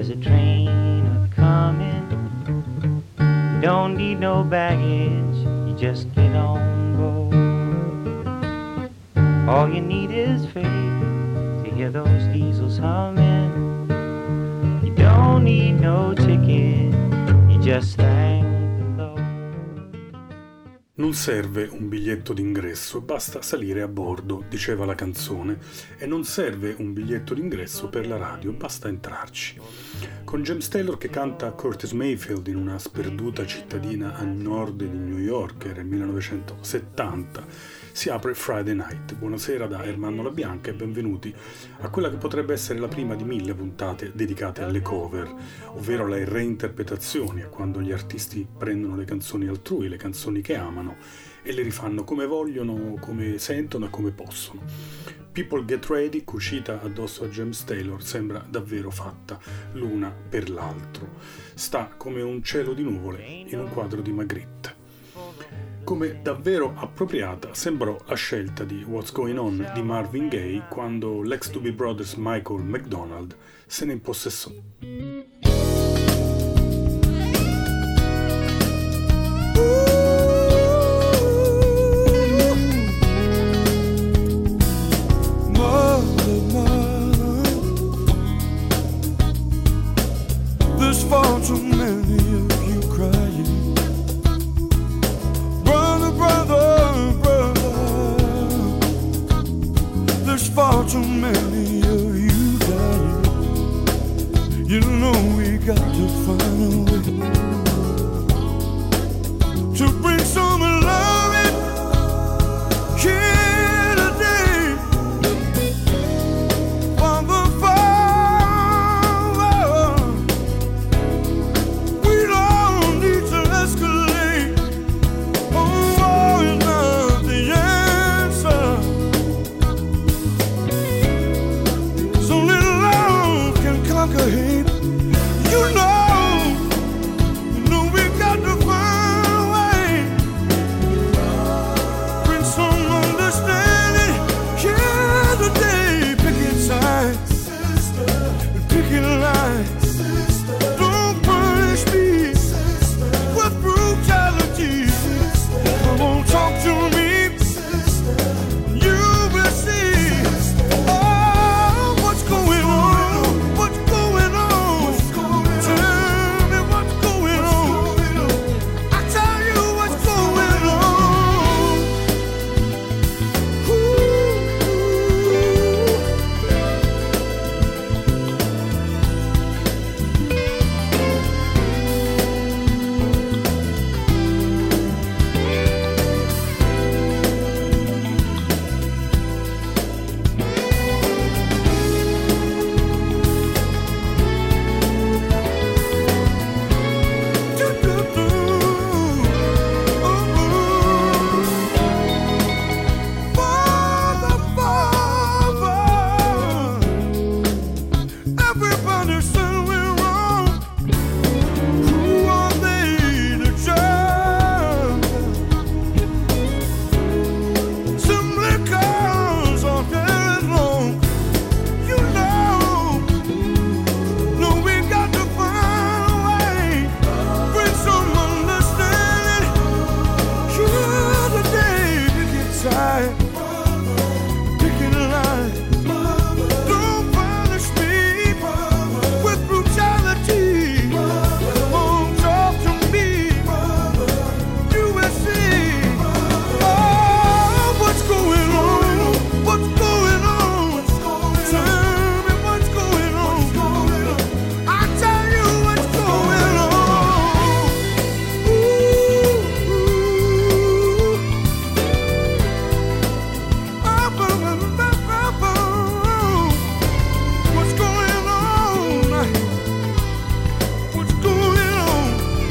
There's a train a-comin'. You don't need no baggage, you just get on board. All you need is faith to hear those diesels humming. You don't need no ticket, you just thank the Lord. Non serve un biglietto d'ingresso, basta salire a bordo, diceva la canzone, e non serve un biglietto d'ingresso per la radio, basta entrarci. Con James Taylor che canta Curtis Mayfield in una sperduta cittadina a nord di New York, era il 1970, si apre Friday Night. Buonasera da Ermanno La Bianca e benvenuti a quella che potrebbe essere la prima di 1000 puntate dedicate alle cover, ovvero alle reinterpretazioni, a quando gli artisti prendono le canzoni altrui, le canzoni che amano, e le rifanno come vogliono, come sentono e come possono. People Get Ready, cucita addosso a James Taylor, sembra davvero fatta l'una per l'altro. Sta come un cielo di nuvole in un quadro di Magritte. Come davvero appropriata sembrò la scelta di What's Going On di Marvin Gaye quando l'ex Doobie Brothers Michael McDonald se ne impossessò. There's far too many of you crying. Brother, brother, brother. There's far too many of you dying. You know we got to find a way to bring some love in here today. Father, Father, we don't need to escalate. Oh, is not the answer. So little love can conquer hate. You know we got to find a way. Bring some understanding here today. Picking sides, picking lies. Don't punish me with brutality. Come on, talk to me. You will see. Oh, what's going on? What's going on? Tell me what's going on. I tell you what's going on. Ooh. Father, Father, everybody said we're wrong. Who are they to judge? Simply 'cause our hair is long. You know we got to find a way. Bring some understanding here today. Picking sides, picking lies. Don't punish me with brutality. Come on, talk to me. You will see. Oh, what's going on? What's going on? Tell me what's going on. I tell you what's going on. Ooh, what's going on? What's going on?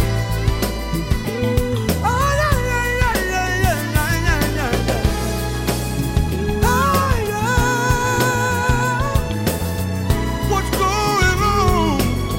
Oh, yeah, yeah, yeah, yeah, yeah, yeah, yeah, yeah. Oh, yeah. What's going on?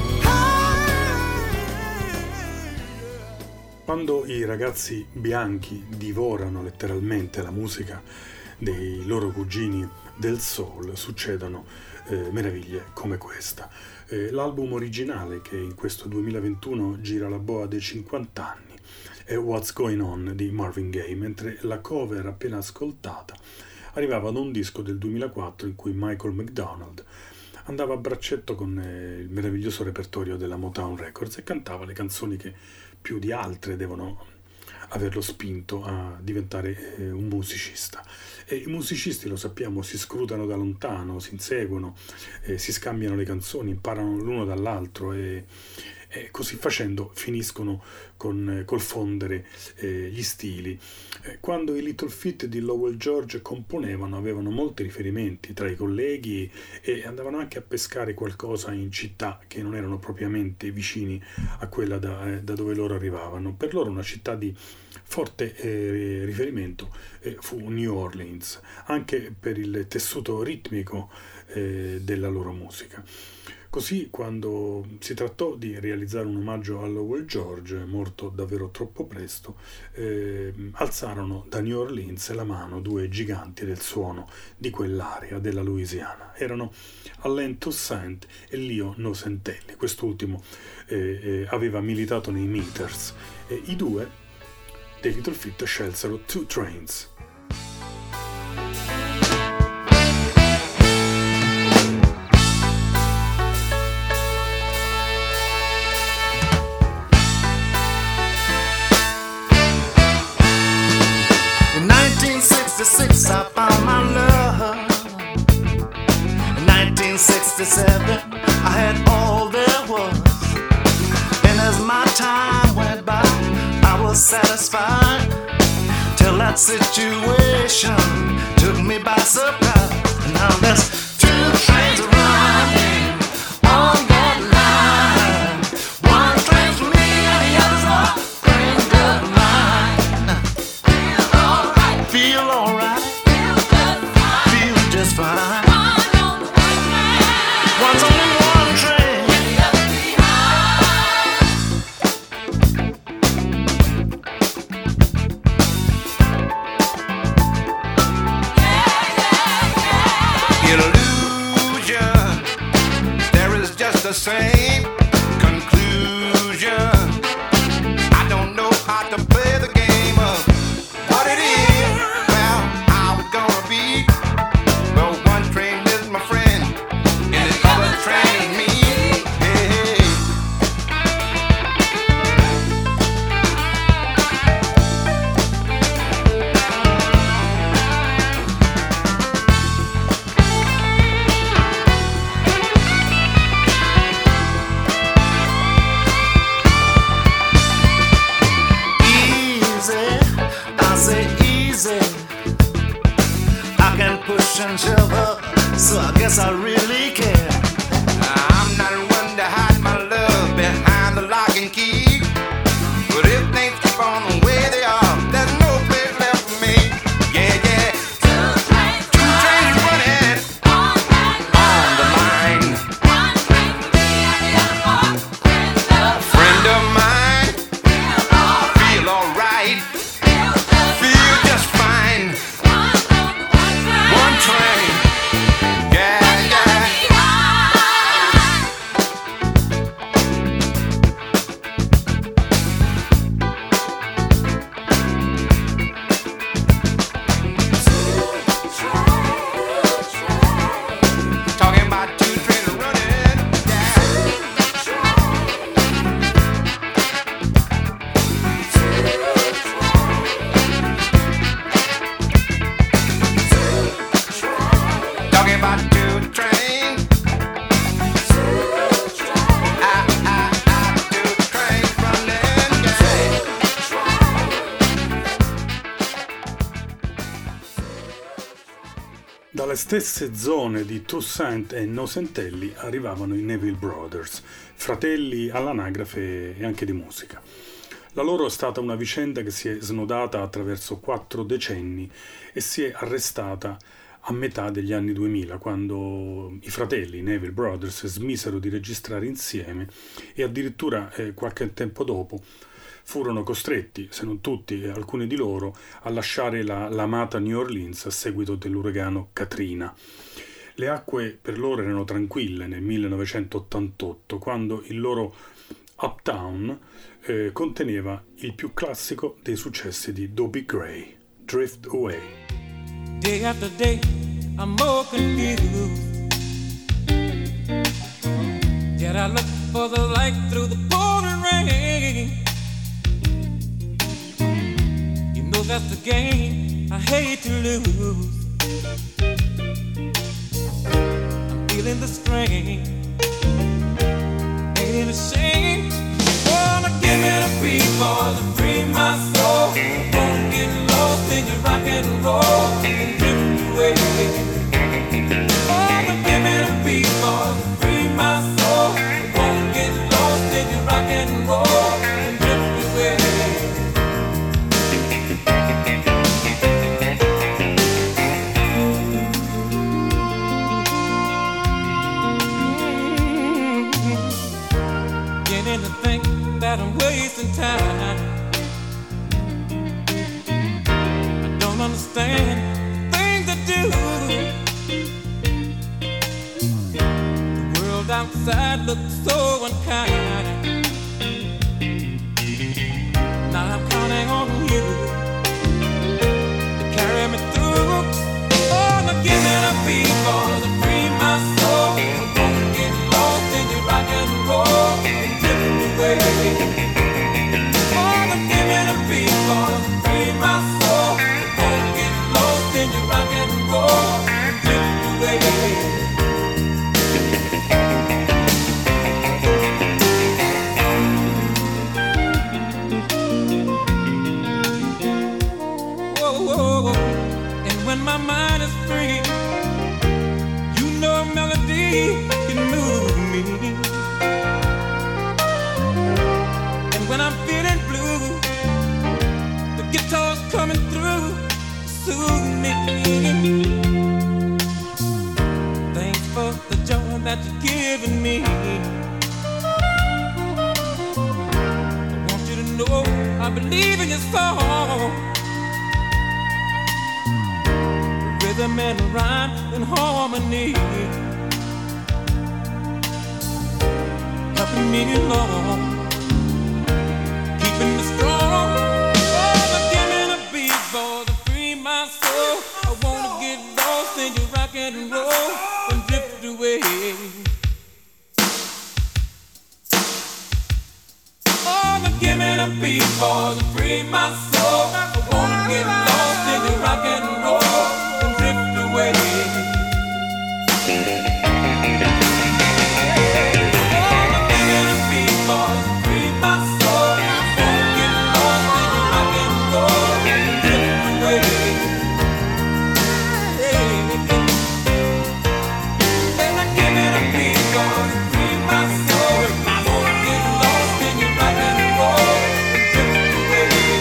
Quando i ragazzi bianchi divorano letteralmente la musica dei loro cugini del soul, succedono meraviglie come questa. L'album originale, che in questo 2021 gira la boa dei 50 anni, è What's Going On di Marvin Gaye, mentre la cover appena ascoltata arrivava da un disco del 2004 in cui Michael McDonald andava a braccetto con il meraviglioso repertorio della Motown Records e cantava le canzoni che più di altre devono averlo spinto a diventare un musicista. E i musicisti, lo sappiamo, si scrutano da lontano, si inseguono, si scambiano le canzoni, imparano l'uno dall'altro e così facendo finiscono col fondere gli stili. Quando i Little Feat di Lowell George componevano avevano molti riferimenti tra i colleghi e andavano anche a pescare qualcosa in città che non erano propriamente vicini a quella da dove loro arrivavano. Per loro una città di forte riferimento fu New Orleans, anche per il tessuto ritmico della loro musica. Così, quando si trattò di realizzare un omaggio a Lowell George, morto davvero troppo presto, alzarono da New Orleans la mano due giganti del suono di quell'area della Louisiana. Erano Alain Toussaint e Leo Nosentelli. Quest'ultimo aveva militato nei Meters. I due dei Little Feat scelsero Two Trains. I found my love. In 1967, I had all there was. And as my time went by, I was satisfied. Till that situation took me by surprise. Now there's two trains running on that line. One train's for me and the other's a friend of mine. Feel alright. Just fine. One on the one train. One's only one train. And the other's Illusion. There is just the same conclusion. I don't know how to play the game of what it is. Well, how it's gonna be. Well, one train is my friend, and the other train is me. Hey, hey. Easy, I say easy. I can push and shove up, so I guess I really care. I'm not one to hide my love behind the lock and key. But if things keep on the way they are, there's no place left for me. Yeah, yeah. Two trains running on the line. One train for me and the other for a friend of mine. Feel alright. Feel just fine. One train, yeah, yeah. Talking about two trains running, yeah. Talking about two trains. Two trains running, yeah. Dalle stesse zone di Toussaint e Nosentelli arrivavano i Neville Brothers, fratelli all'anagrafe e anche di musica. La loro è stata una vicenda che si è snodata attraverso 4 decenni e si è arrestata a metà degli anni 2000, quando i fratelli Neville Brothers smisero di registrare insieme e addirittura qualche tempo dopo furono costretti, se non tutti, alcuni di loro, a lasciare l'amata New Orleans a seguito dell'uragano Katrina. Le acque per loro erano tranquille nel 1988, quando il loro Uptown conteneva il più classico dei successi di Dobie Gray, Drift Away. Day after day, I'm more confused. Yet I look for the light through the pouring rain. You know that's the game I hate to lose. I'm feeling the strain. Ain't it a shame? Wanna give me the beat for to free my soul. Won't get lost in your rock and roll and drift away. Wanna give me the beat for to free my soul. Won't get lost in your rock and roll and drift away. Beginning to think that I'm wasting time. I don't understand the things I do. The world outside looks so unkind. Now I'm counting on you to carry me through. Oh, now give me the beat for to free my soul. Won't get lost in your rock and roll and drift away. Oh, now give me the beat for to free my soul. Won't get lost in your rock and roll and drift away. And when my mind is free, you know a melody can move me. And when I'm feeling blue, the guitar's coming through to soothe me. Thanks for the joy that you're giving me. I want you to know I believe in your song. Rhythm and rhyme and harmony, helping me along, keeping me strong. Oh, but give me the beat for to free my soul. I wanna get lost in your rock and roll and drift away. Oh, but give me the beat for to free my soul. I wanna get lost in your rock and roll. Drift away. Oh, give me the beat for to free my soul. Won't get lost in your rock and roll and drift away. And I give me the beat for to free my soul. Won't get lost in your rock and roll and drift away.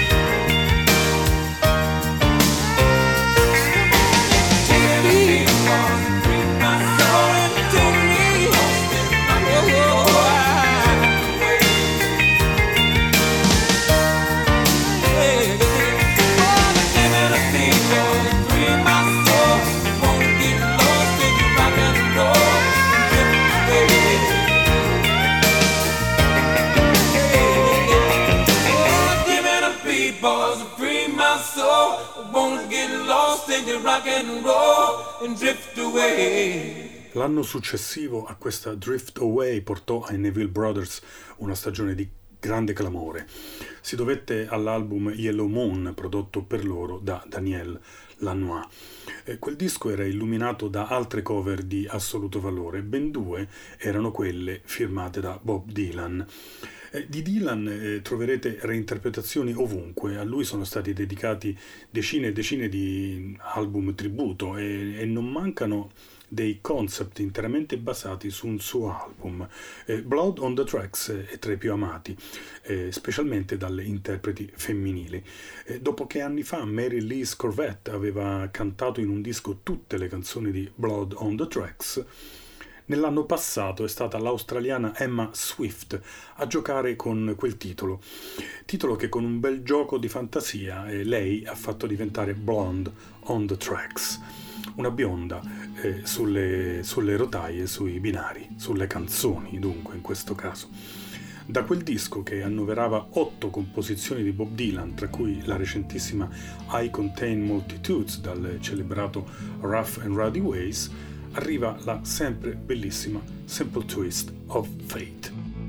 L'anno successivo a questa Drift Away portò ai Neville Brothers una stagione di grande clamore. Si dovette all'album Yellow Moon prodotto per loro da Daniel Lanois. Quel disco era illuminato da altre cover di assoluto valore, ben due erano quelle firmate da Bob Dylan. Di Dylan troverete reinterpretazioni ovunque, a lui sono stati dedicati decine e decine di album tributo e non mancano dei concept interamente basati su un suo album. Blood on the Tracks è tra i più amati, specialmente dalle interpreti femminili. Dopo che anni fa Mary Louise Corvette aveva cantato in un disco tutte le canzoni di Blood on the Tracks, nell'anno passato è stata l'australiana Emma Swift a giocare con quel titolo che con un bel gioco di fantasia lei ha fatto diventare Blonde on the Tracks. una bionda sulle rotaie, sui binari, sulle canzoni, dunque in questo caso. Da quel disco, che annoverava 8 composizioni di Bob Dylan, tra cui la recentissima I Contain Multitudes dal celebrato Rough and Rowdy Ways, arriva la sempre bellissima Simple Twist of Fate.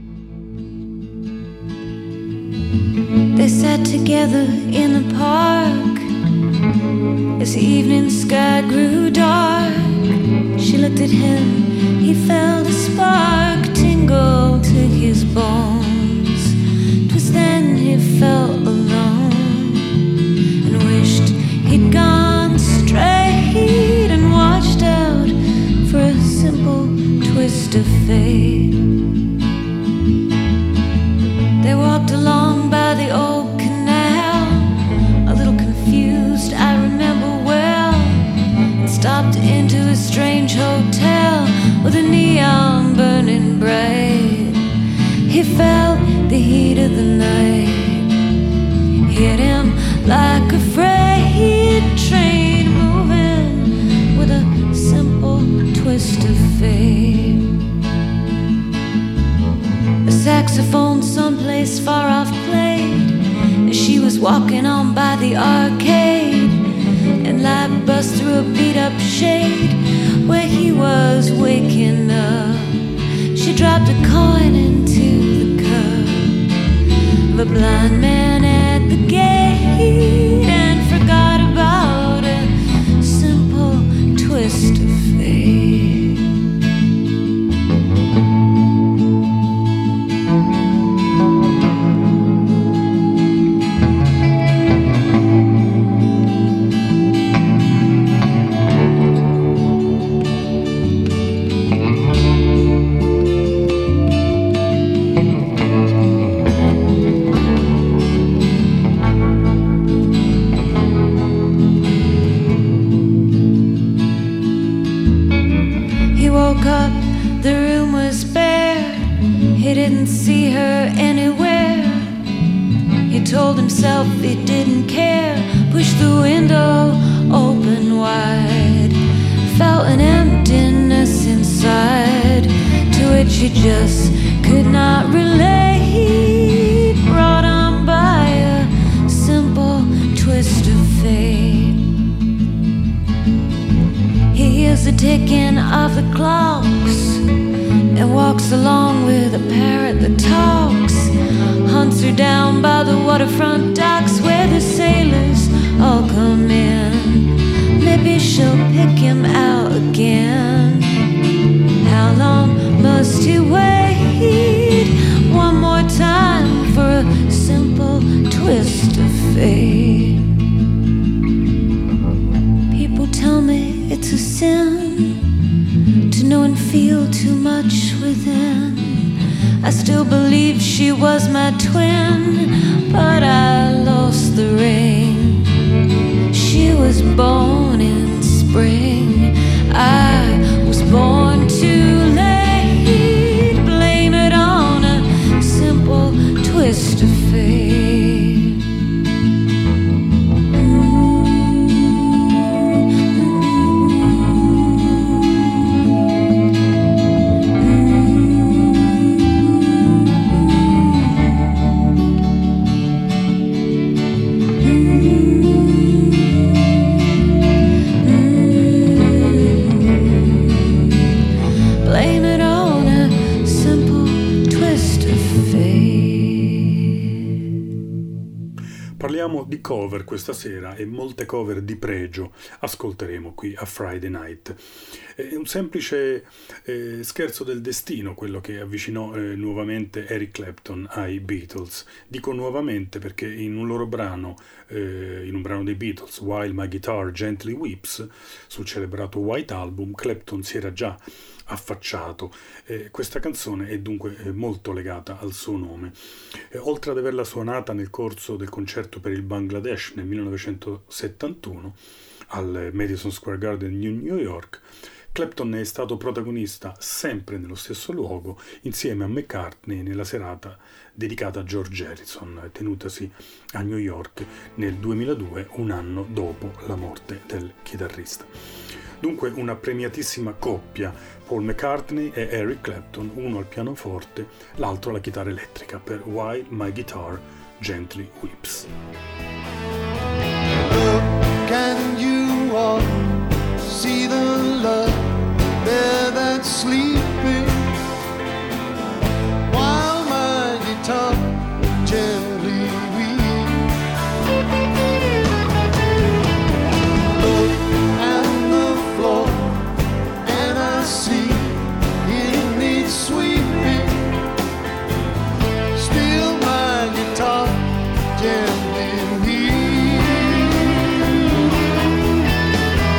They sat together in the park as the evening sky grew dark. She looked at him, he felt a spark tingle to his bones. 'Twas then he felt alone and wished he'd gone straight and watched out for a simple twist of fate. They walked along by the old canal, a little confused, I remember well, and stopped into a strange hotel with a neon burning bright. He felt the heat of the night hit him like a freight train moving with a simple twist of fate. A saxophone someplace far off played as she was walking on by the arcade, and light bust through a beat-up shade where he was waking up. She dropped a coin into the cup of a blind man at the gate and forgot about a simple twist of fate. Up, the room was bare. He didn't see her anywhere. He told himself he didn't care. Pushed the window open wide. Felt an emptiness inside to which he just could not relate. Brought on by a simple twist of fate. He hears the ticking of the clocks and walks along with a parrot that talks. Hunts her down by the waterfront docks where the sailors all come in. Maybe she'll pick him out again. How long must he wait? One more time for a simple twist of fate. People tell me it's a sin to know and feel too much within. I still believe she was my twin, but I lost the ring. She was born in spring, I was born too late. Blame it on a simple twist of fate. Parliamo di cover questa sera e molte cover di pregio ascolteremo qui a Friday Night. È un semplice scherzo del destino quello che avvicinò nuovamente Eric Clapton ai Beatles. Dico nuovamente perché in un loro brano, in un brano dei Beatles, While My Guitar Gently Weeps, sul celebrato White Album, Clapton si era già affacciato. Questa canzone è dunque molto legata al suo nome. Oltre ad averla suonata nel corso del concerto per il Bangladesh nel 1971 al Madison Square Garden di New York, Clapton è stato protagonista sempre nello stesso luogo insieme a McCartney nella serata dedicata a George Harrison, tenutasi a New York nel 2002, un anno dopo la morte del chitarrista. Dunque una premiatissima coppia, Paul McCartney e Eric Clapton, uno al pianoforte, l'altro alla chitarra elettrica, per While My Guitar Gently Weeps. Can you all see the love there that's sleeping while my guitar gently weeps? Look at the floor and I see it needs sweeping. Still my guitar gently weeps.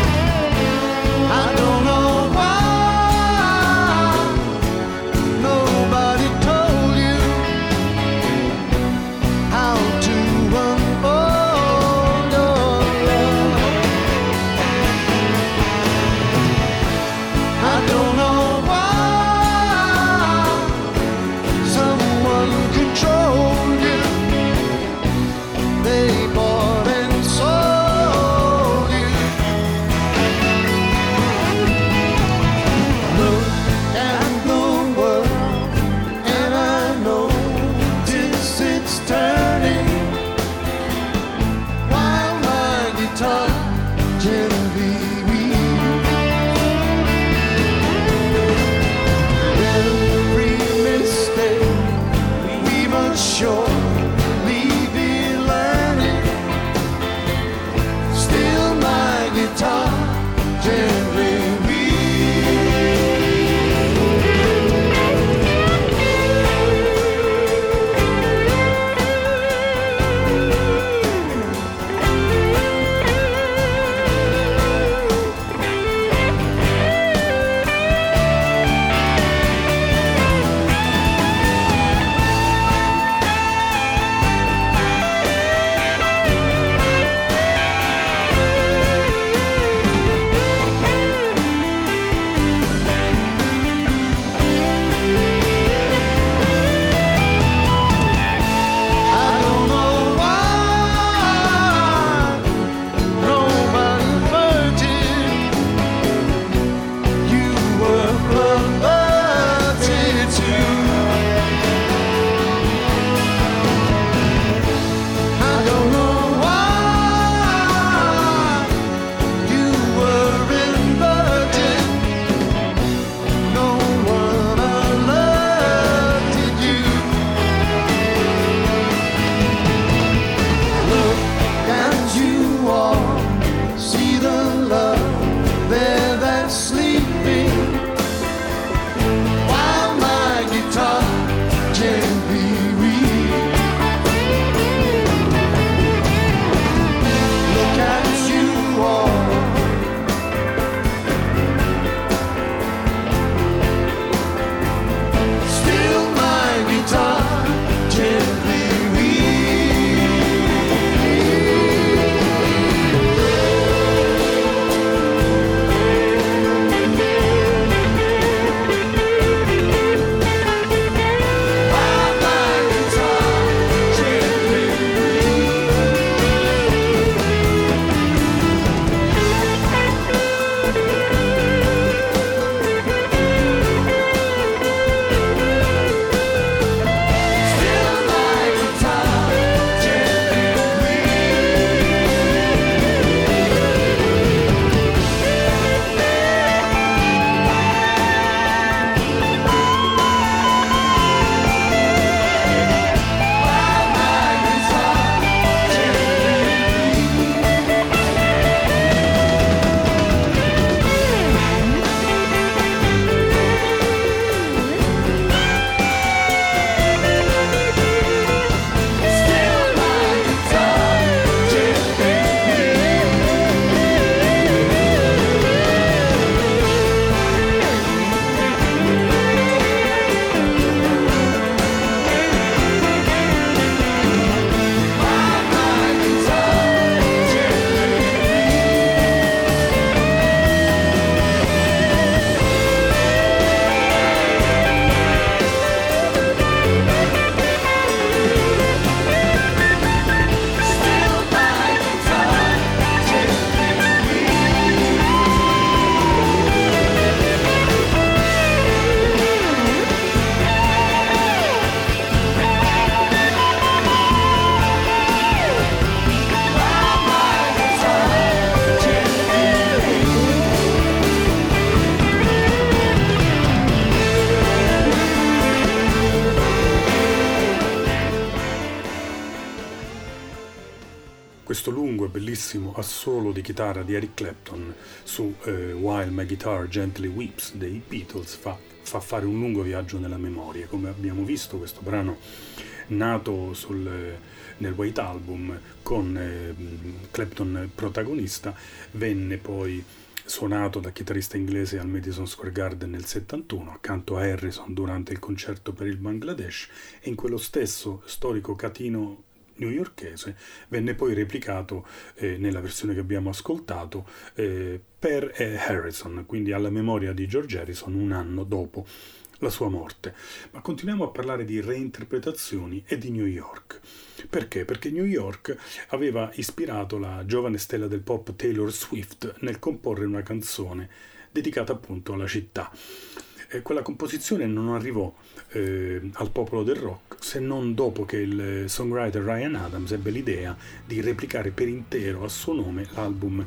Questo lungo e bellissimo assolo di chitarra di Eric Clapton su While My Guitar Gently Weeps dei Beatles fa fare un lungo viaggio nella memoria. Come abbiamo visto, questo brano nato nel White Album con Clapton protagonista venne poi suonato da chitarrista inglese al Madison Square Garden nel 71 accanto a Harrison durante il concerto per il Bangladesh, e in quello stesso storico catino newyorkese venne poi replicato nella versione che abbiamo ascoltato per Harrison, quindi alla memoria di George Harrison un anno dopo la sua morte. Ma continuiamo a parlare di reinterpretazioni e di New York. Perché? Perché New York aveva ispirato la giovane stella del pop Taylor Swift nel comporre una canzone dedicata appunto alla città. Quella composizione non arrivò al popolo del rock se non dopo che il songwriter Ryan Adams ebbe l'idea di replicare per intero a suo nome l'album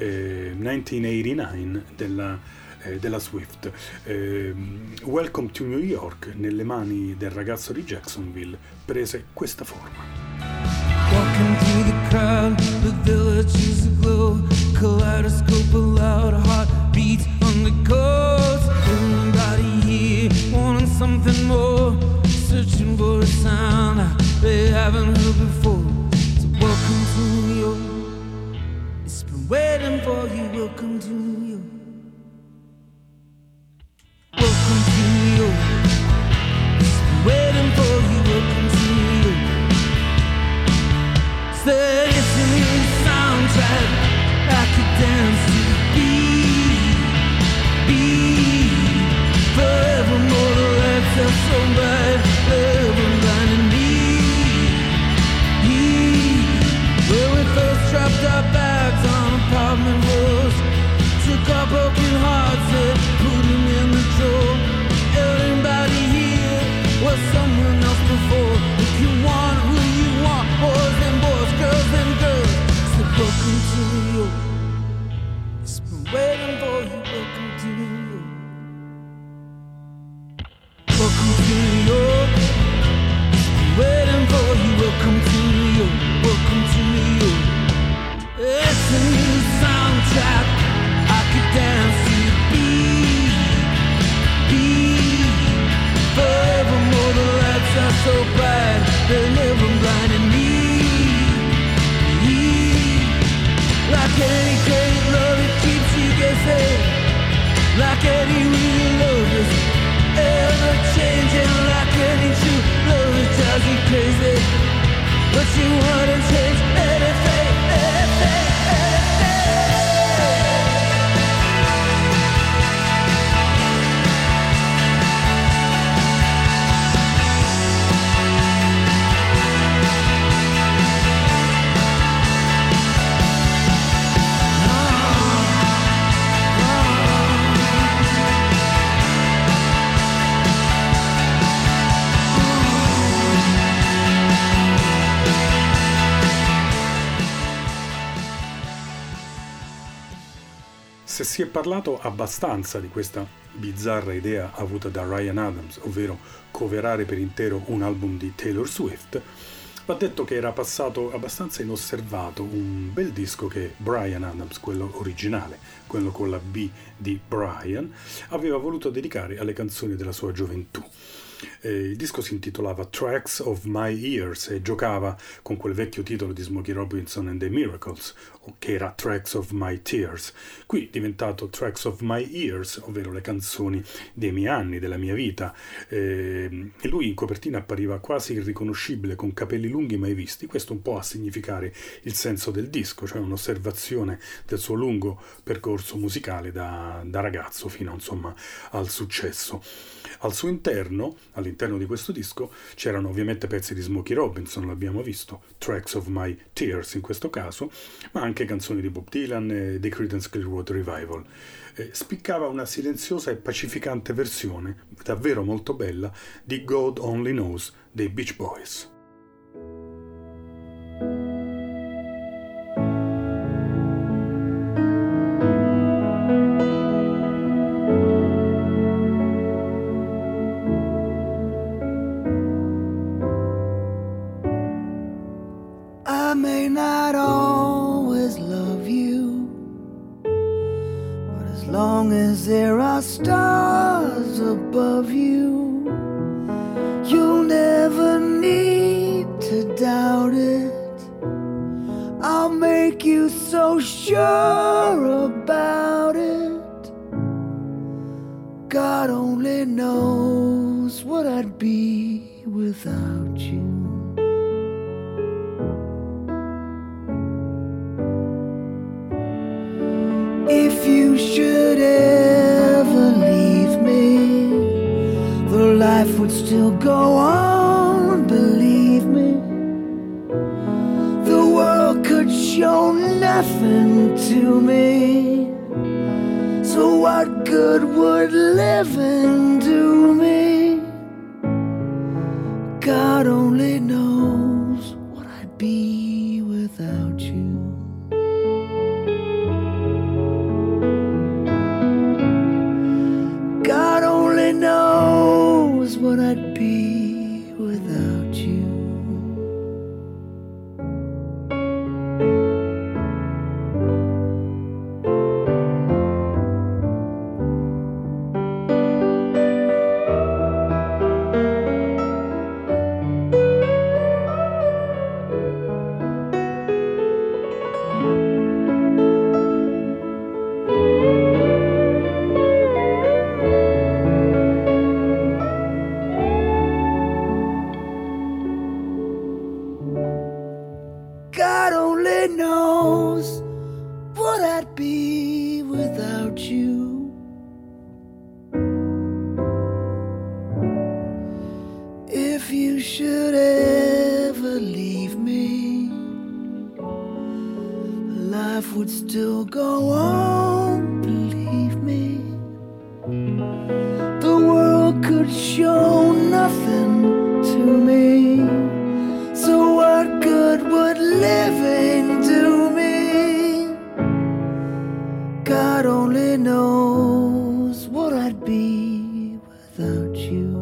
1989 della Swift. Welcome to New York, nelle mani del ragazzo di Jacksonville, prese questa forma. Walking through the crowd, the village is aglow. Kaleidoscope, a loud heartbeat on the coast. Everybody here wanting something more, searching for a sound they haven't heard before. So welcome to New York. It's been waiting for you. Welcome to New York. Welcome to New York. It's been waiting for you. Welcome to New York. Say it's a new soundtrack. I could dance to the beat. Forevermore the lights are so bright, ever blinding me. When we first dropped our bags on apartment walls, took our broken hearts and put them in the drawer. Everybody here was someone else before. If you want who you want, boys and boys, girls and girls. So welcome to New York. It's been waiting for you. Welcome to New York. Welcome to New York. It's been waiting for you. Welcome to New York. Welcome to New York. It's a new soundtrack. I could dance to the beat. Forevermore the lights are so bright, they're never blinding me. Like any great love, it keeps you guessing. Like any real love is ever changing. Like any true love, it drives you crazy. But you wouldn't change anything, anything, anything. Se si è parlato abbastanza di questa bizzarra idea avuta da Ryan Adams, ovvero coverare per intero un album di Taylor Swift, va detto che era passato abbastanza inosservato un bel disco che Bryan Adams, quello originale, quello con la B di Brian, aveva voluto dedicare alle canzoni della sua gioventù. Il disco si intitolava Tracks of My Years e giocava con quel vecchio titolo di Smokey Robinson and the Miracles, che era Tracks of My Tears. Qui diventato Tracks of My Years, ovvero le canzoni dei miei anni, della mia vita. E lui in copertina appariva quasi irriconoscibile, con capelli lunghi mai visti. Questo un po' a significare il senso del disco, cioè un'osservazione del suo lungo percorso musicale da ragazzo fino insomma al successo. Al suo interno, all'interno di questo disco, c'erano ovviamente pezzi di Smokey Robinson, l'abbiamo visto, Tracks of My Tears in questo caso, ma anche canzoni di Bob Dylan e The Creedence Clearwater Revival. Spiccava una silenziosa e pacificante versione, davvero molto bella, di God Only Knows dei Beach Boys. I may not always as there are stars above you, you'll never need to doubt it. I'll make you so sure about it. God only knows what I'd be without you. If you should ever leave me, the life would still go on, believe me. The world could show nothing to me, so what good would living do me? God only knows what I'd be without you. God only knows what I'd be without you. God only knows what I'd be without you. If you should ever leave me, life would still go on, believe me. The world could show nothing to me, so what good would living do me? God only knows what I'd be without you.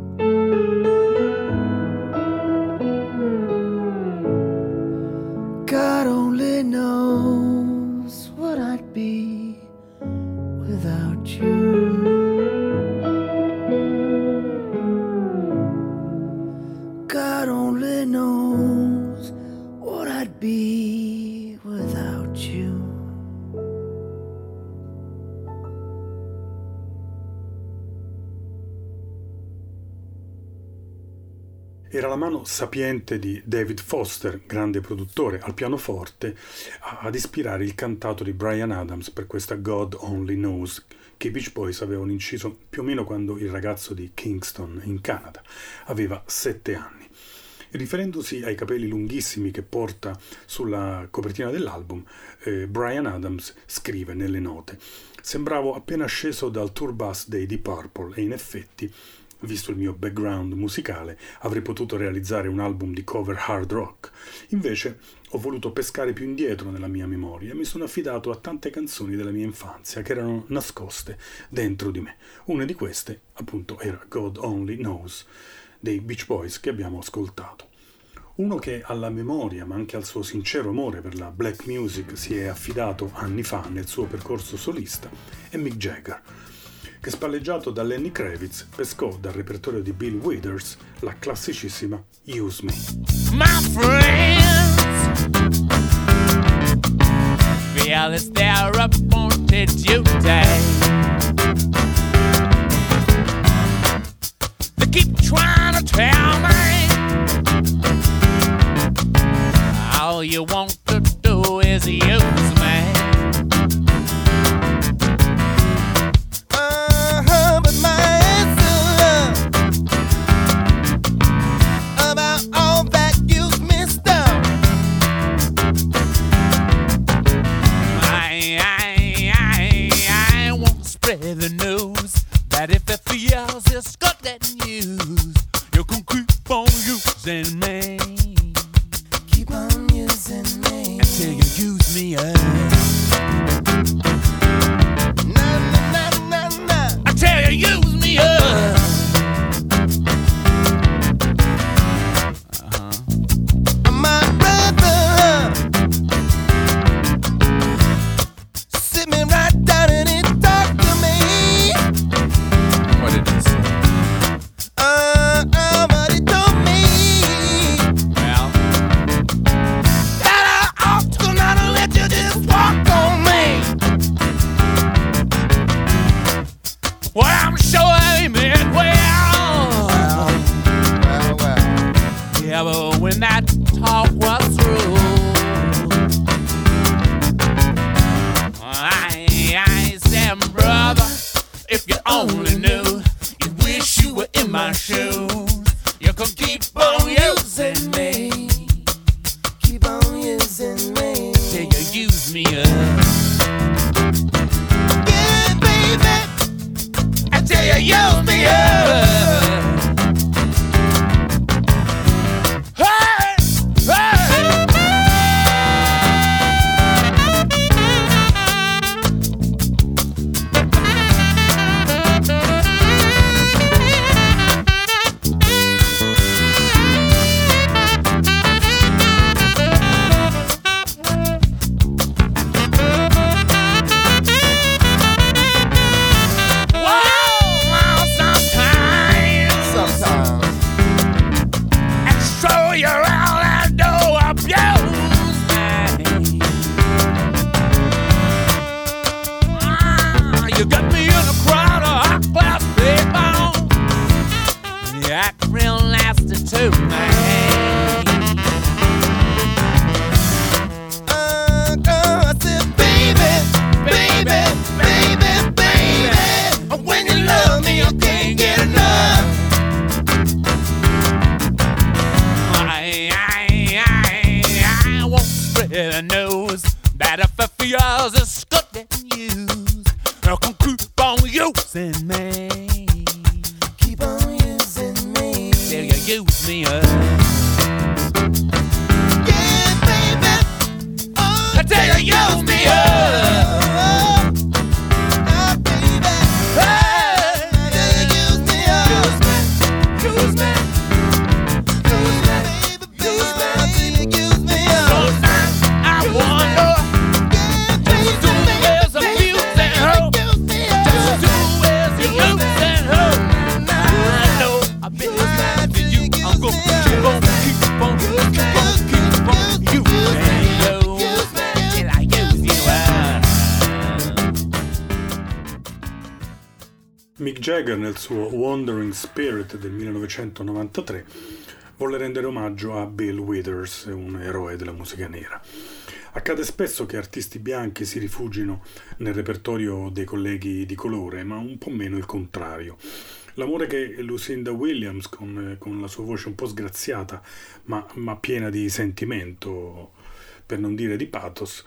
God only knows what I'd be without you. God only knows what I'd be without you. Era la mano sapiente di David Foster, grande produttore al pianoforte, ad ispirare il cantato di Bryan Adams per questa God Only Knows, che i Beach Boys avevano inciso più o meno quando il ragazzo di Kingston, in Canada, aveva 7 anni. Riferendosi ai capelli lunghissimi che porta sulla copertina dell'album, Bryan Adams scrive nelle note: «Sembravo appena sceso dal tour bus dei Deep Purple e in effetti, visto il mio background musicale, avrei potuto realizzare un album di cover hard rock. Invece ho voluto pescare più indietro nella mia memoria e mi sono affidato a tante canzoni della mia infanzia che erano nascoste dentro di me. Una di queste, appunto, era God Only Knows dei Beach Boys, che abbiamo ascoltato. Uno che alla memoria, ma anche al suo sincero amore per la black music si è affidato anni fa nel suo percorso solista è Mick Jagger, che spalleggiato da Lenny Kravitz pescò dal repertorio di Bill Withers la classicissima Use Me. My friends feel it's their appointed duty. They keep trying to tell me all you want to do is use me. But my answer about all that use me stuff, I won't spread the news that if it feels it's got that news, you can keep on using me. Keep on using me until you use me up. Until you use me up. My brother sit me right down and he talked to me But when that talk was through, I said, brother, if you only knew, you wish you were in my shoes. You could keep on using me, Keep on using me till you use me up. Yeah, baby, Until you use me up. Hey, hey. Mick Jagger nel suo Wandering Spirit del 1993 volle rendere omaggio a Bill Withers, un eroe della musica nera. Accade spesso che artisti bianchi si rifugino nel repertorio dei colleghi di colore, ma un po' meno il contrario. L'amore che Lucinda Williams, con la sua voce un po' sgraziata, ma piena di sentimento, per non dire di pathos,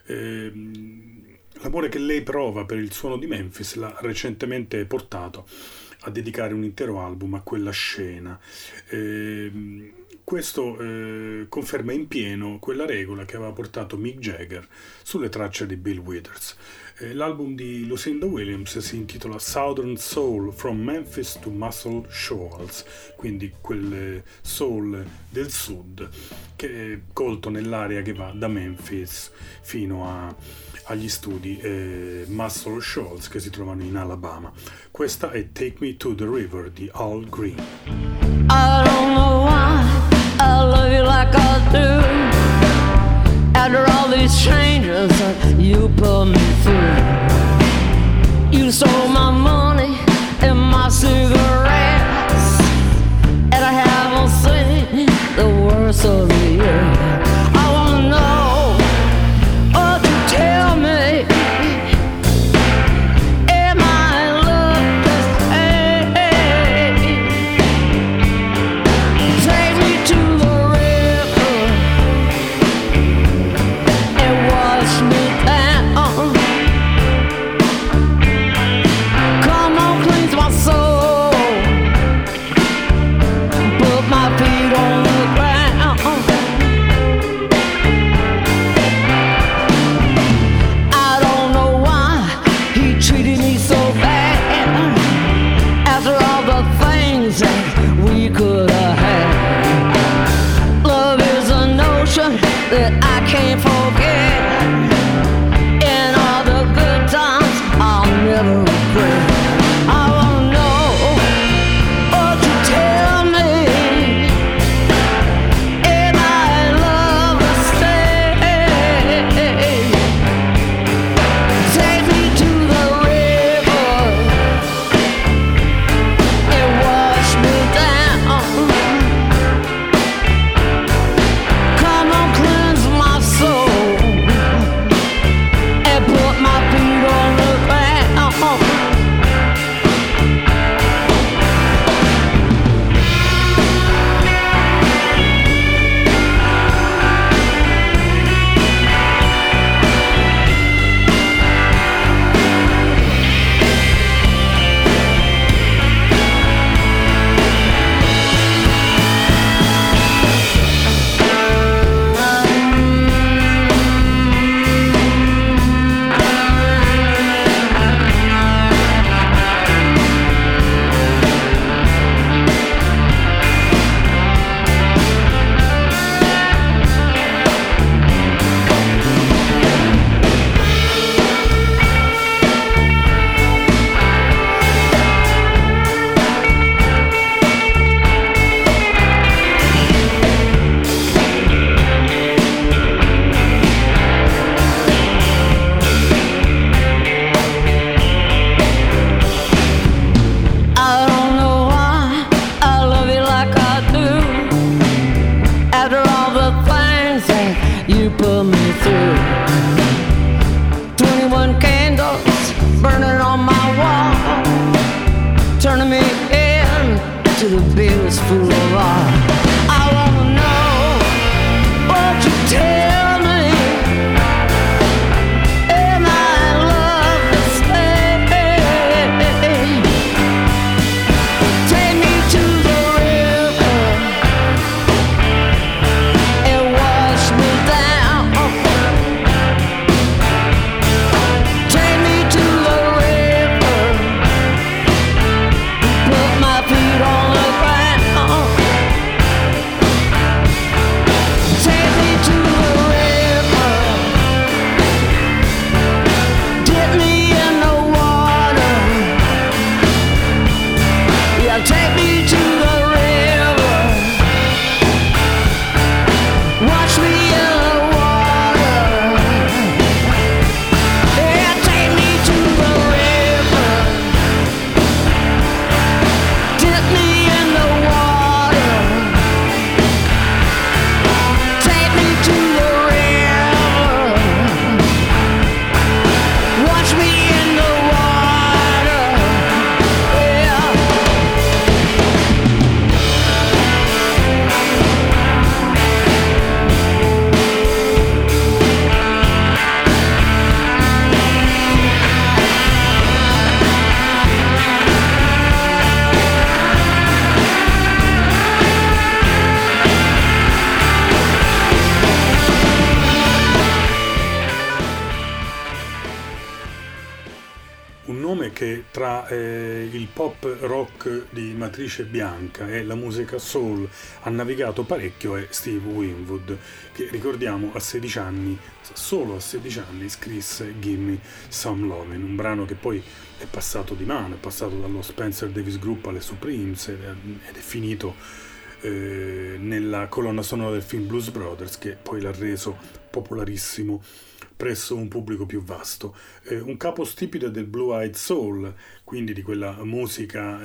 l'amore che lei prova per il suono di Memphis l'ha recentemente portato a dedicare un intero album a quella scena. Questo conferma in pieno quella regola che aveva portato Mick Jagger sulle tracce di Bill Withers. L'album di Lucinda Williams si intitola Southern Soul From Memphis to Muscle Shoals, quindi quel soul del sud che è colto nell'area che va da Memphis fino agli studi Muscle Shoals che si trovano in Alabama. Questa è Take Me to the River di Al Green. I don't know why I love you like I do. After all these changes you put me through, you stole my money and my cigarettes, and I haven't seen the worst of you. I wanna know what you tell me. Am I in love? Hey, hey. you put me through. 21 candles burning on my wall, turning me into the biggest fool of all. I wanna know what you tell me. Am I in love to stay? Take me to the river and wash me down. Take me to the river, put my feet on the ground. Take me to the river, dip me in the water. Yeah, take me to the river, wash me in the water. Yeah, take me to the river, dip me in the water. Take me to the river, wash me in the water. Yeah. Un nome che tra il pop rock di matrice bianca e la musica soul ha navigato parecchio è Steve Winwood, che ricordiamo a 16 anni, solo a 16 anni, scrisse Gimme Some Lovin', un brano che poi è passato di mano, è passato dallo Spencer Davis Group alle Supremes ed è finito nella colonna sonora del film Blues Brothers, che poi l'ha reso popolarissimo presso un pubblico più vasto. Un capostipite del Blue Eyed Soul, quindi di quella musica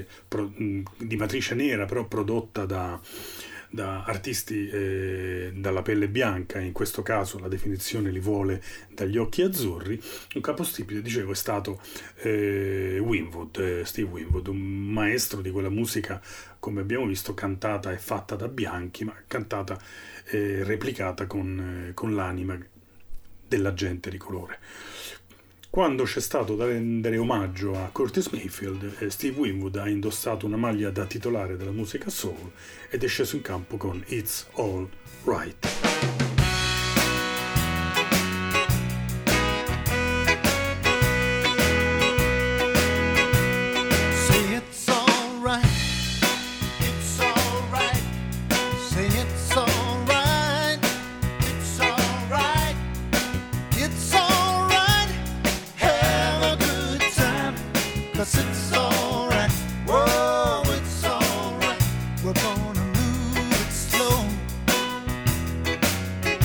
di matrice nera, però prodotta da artisti dalla pelle bianca, in questo caso la definizione li vuole dagli occhi azzurri. Un capostipite, dicevo, è stato Steve Winwood, un maestro di quella musica, come abbiamo visto, cantata e fatta da bianchi, ma cantata e replicata con l'anima della gente di colore. Quando c'è stato da rendere omaggio a Curtis Mayfield, Steve Winwood ha indossato una maglia da titolare della musica soul ed è sceso in campo con It's All Right. We're gonna move it slow.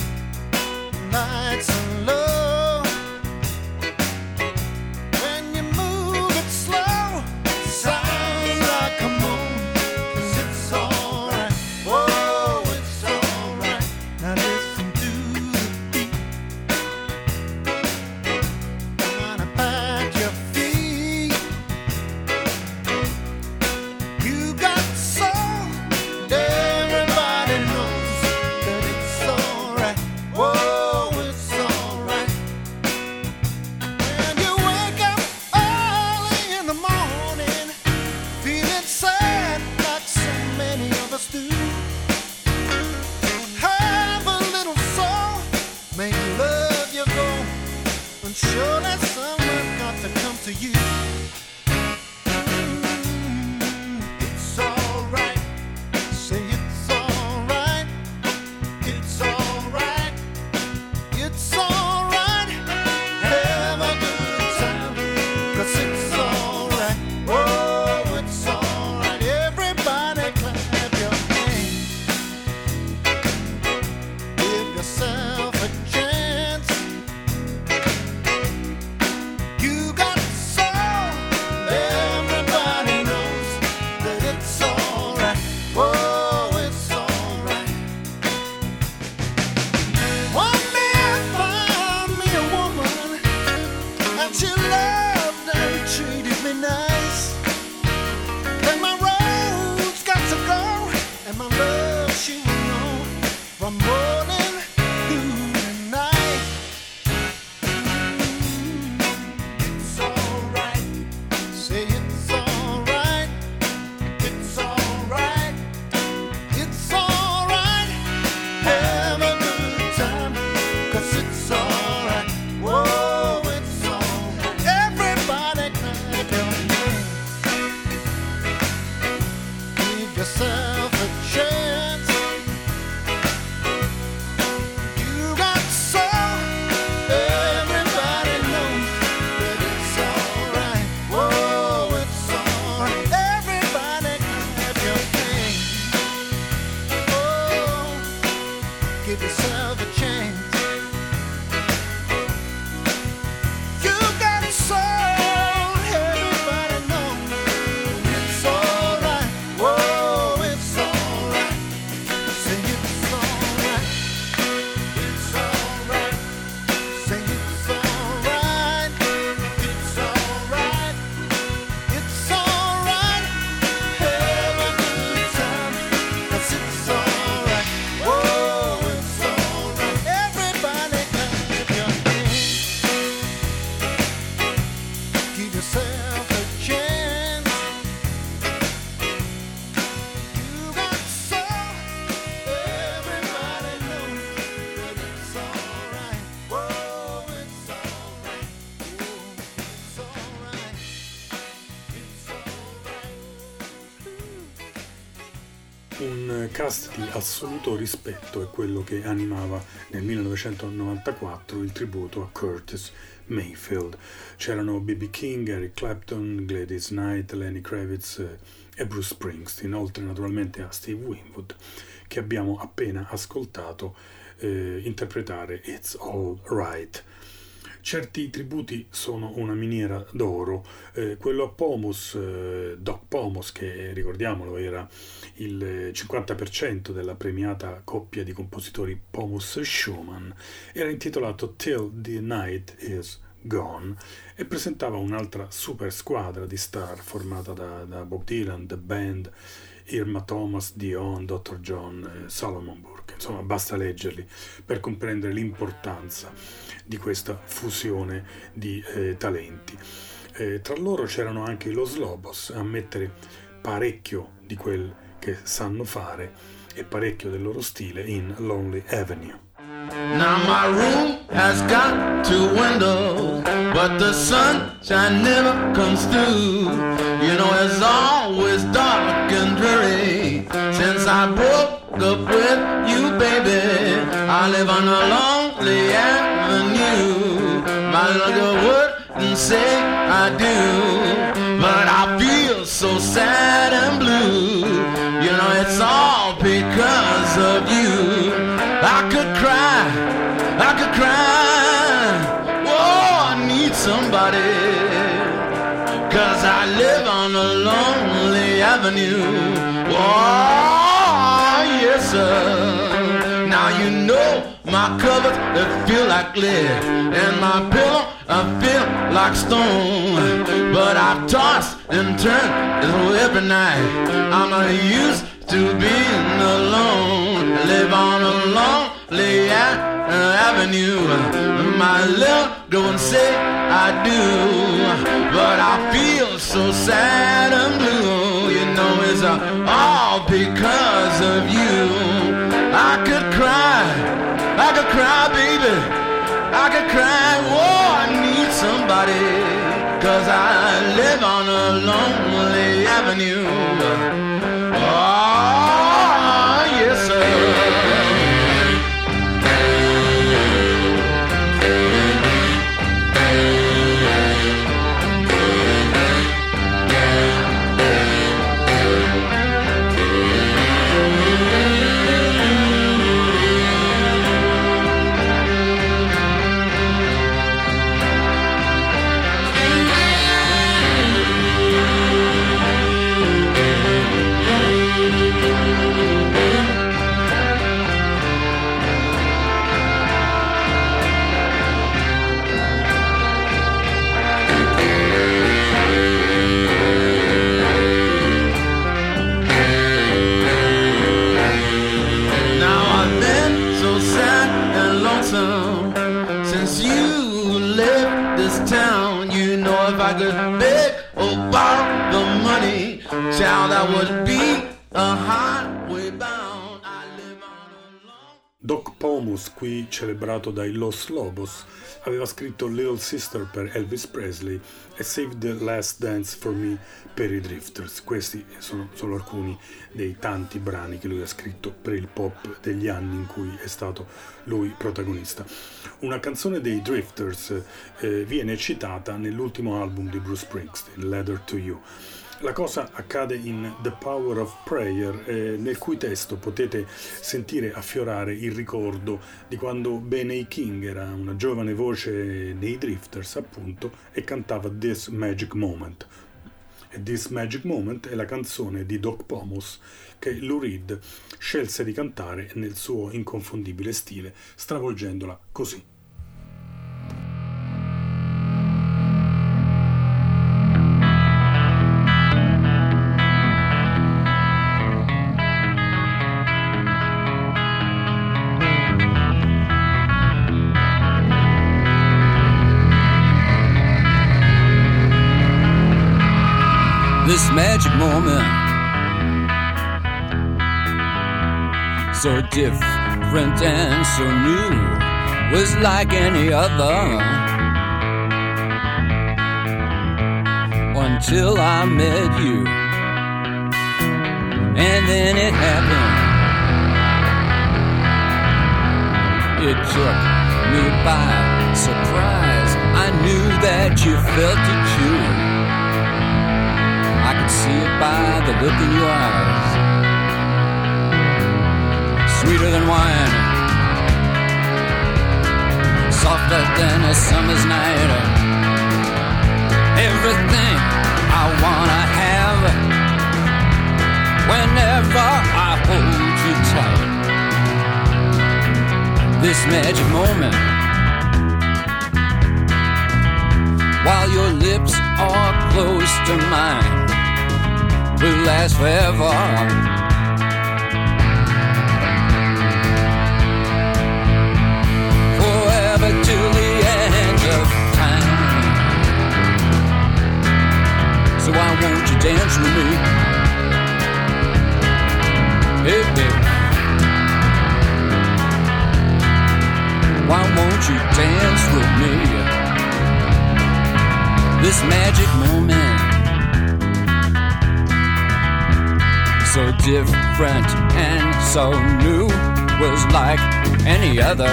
you know from morning through the night. It's alright, say it's alright. It's alright, it's alright. Have a good time, 'cause it's alright. Whoa, it's alright. Everybody clap your hands. Give yourself a chance. You got soul. Everybody knows that it's alright. Whoa, it's alright. Everybody clap your hands. Oh, give yourself a chance. You got soul. Everybody knows it's alright. Whoa, it's alright. Say it's alright. It's alright. Say it's alright. It's alright. It's alright. Have a good time, 'cause it's alright. Whoa, it's alright. Everybody clap your hands. Give yourself a chance. You got soul. Everybody knows that it's alright. Whoa, it's alright. Whoa, it's alright. It's alright. Un cast di assoluto rispetto è quello che animava nel 1994 il tributo a Curtis Mayfield. C'erano B.B. King, Eric Clapton, Gladys Knight, Lenny Kravitz e Bruce Springsteen, oltre naturalmente a Steve Winwood, che abbiamo appena ascoltato interpretare It's All Right. Certi tributi sono una miniera d'oro, quello a Pomus, Doc Pomus, che ricordiamolo era il 50% della premiata coppia di compositori Pomus-Schumann, era intitolato Till the Night Is Gone e presentava un'altra super squadra di star formata da Bob Dylan, The Band, Irma Thomas, Dion, Dr. John, Solomon Burke. Insomma, basta leggerli per comprendere l'importanza di questa fusione di talenti. Tra loro c'erano anche i Los Lobos a mettere parecchio di quel che sanno fare e parecchio del loro stile in Lonely Avenue. Now my room has got 2 windows, but the sunshine never comes through. You know it's always dark and dreary since I broke up with you, baby. I live on a lonely avenue. My little girl wouldn't say I do, but I feel so sad and blue. You know it's all because of you. I could cry, whoa, I need somebody, 'cause I live on a lonely avenue. Oh, yes sir. Now you know my covers, they feel like lead, and my pillow, I feel like stone. But I toss and turn every night. I'm not used to being alone. I live on a lonely avenue. My little girl and say I do, but I feel so sad and blue. You know it's all because of you. I could cry, baby. I could cry, whoa, I need somebody, 'cause I live on a lonely avenue. Oh, yes sir. could beg or borrow the money, child, I would be a highway bound. I live on a long... Doc Pomus, qui celebrato dai Los Lobos, aveva scritto Little Sister per Elvis Presley e Save the Last Dance for Me per i Drifters. Questi sono solo alcuni dei tanti brani che lui ha scritto per il pop degli anni in cui è stato lui protagonista. Una canzone dei Drifters viene citata nell'ultimo album di Bruce Springsteen, Letter to You. La cosa accade in The Power of Prayer, nel cui testo potete sentire affiorare il ricordo di quando Benny King era una giovane voce dei Drifters, appunto, e cantava This Magic Moment. E This Magic Moment è la canzone di Doc Pomus che Lou Reed scelse di cantare nel suo inconfondibile stile, stravolgendola così. This magic moment, so different and so new, was like any other, until I met you, and then it happened. It took me by surprise. I knew that you felt it too. I could see it by the look in your eyes. Sweeter than wine, softer than a summer's night. Everything I wanna have whenever I hold you tight. This magic moment, while your lips are close to mine, will last forever. Forever till the end of time. So why won't you dance with me? Hey, baby. Why won't you dance with me? This magic moment, so different and so new, was like any other,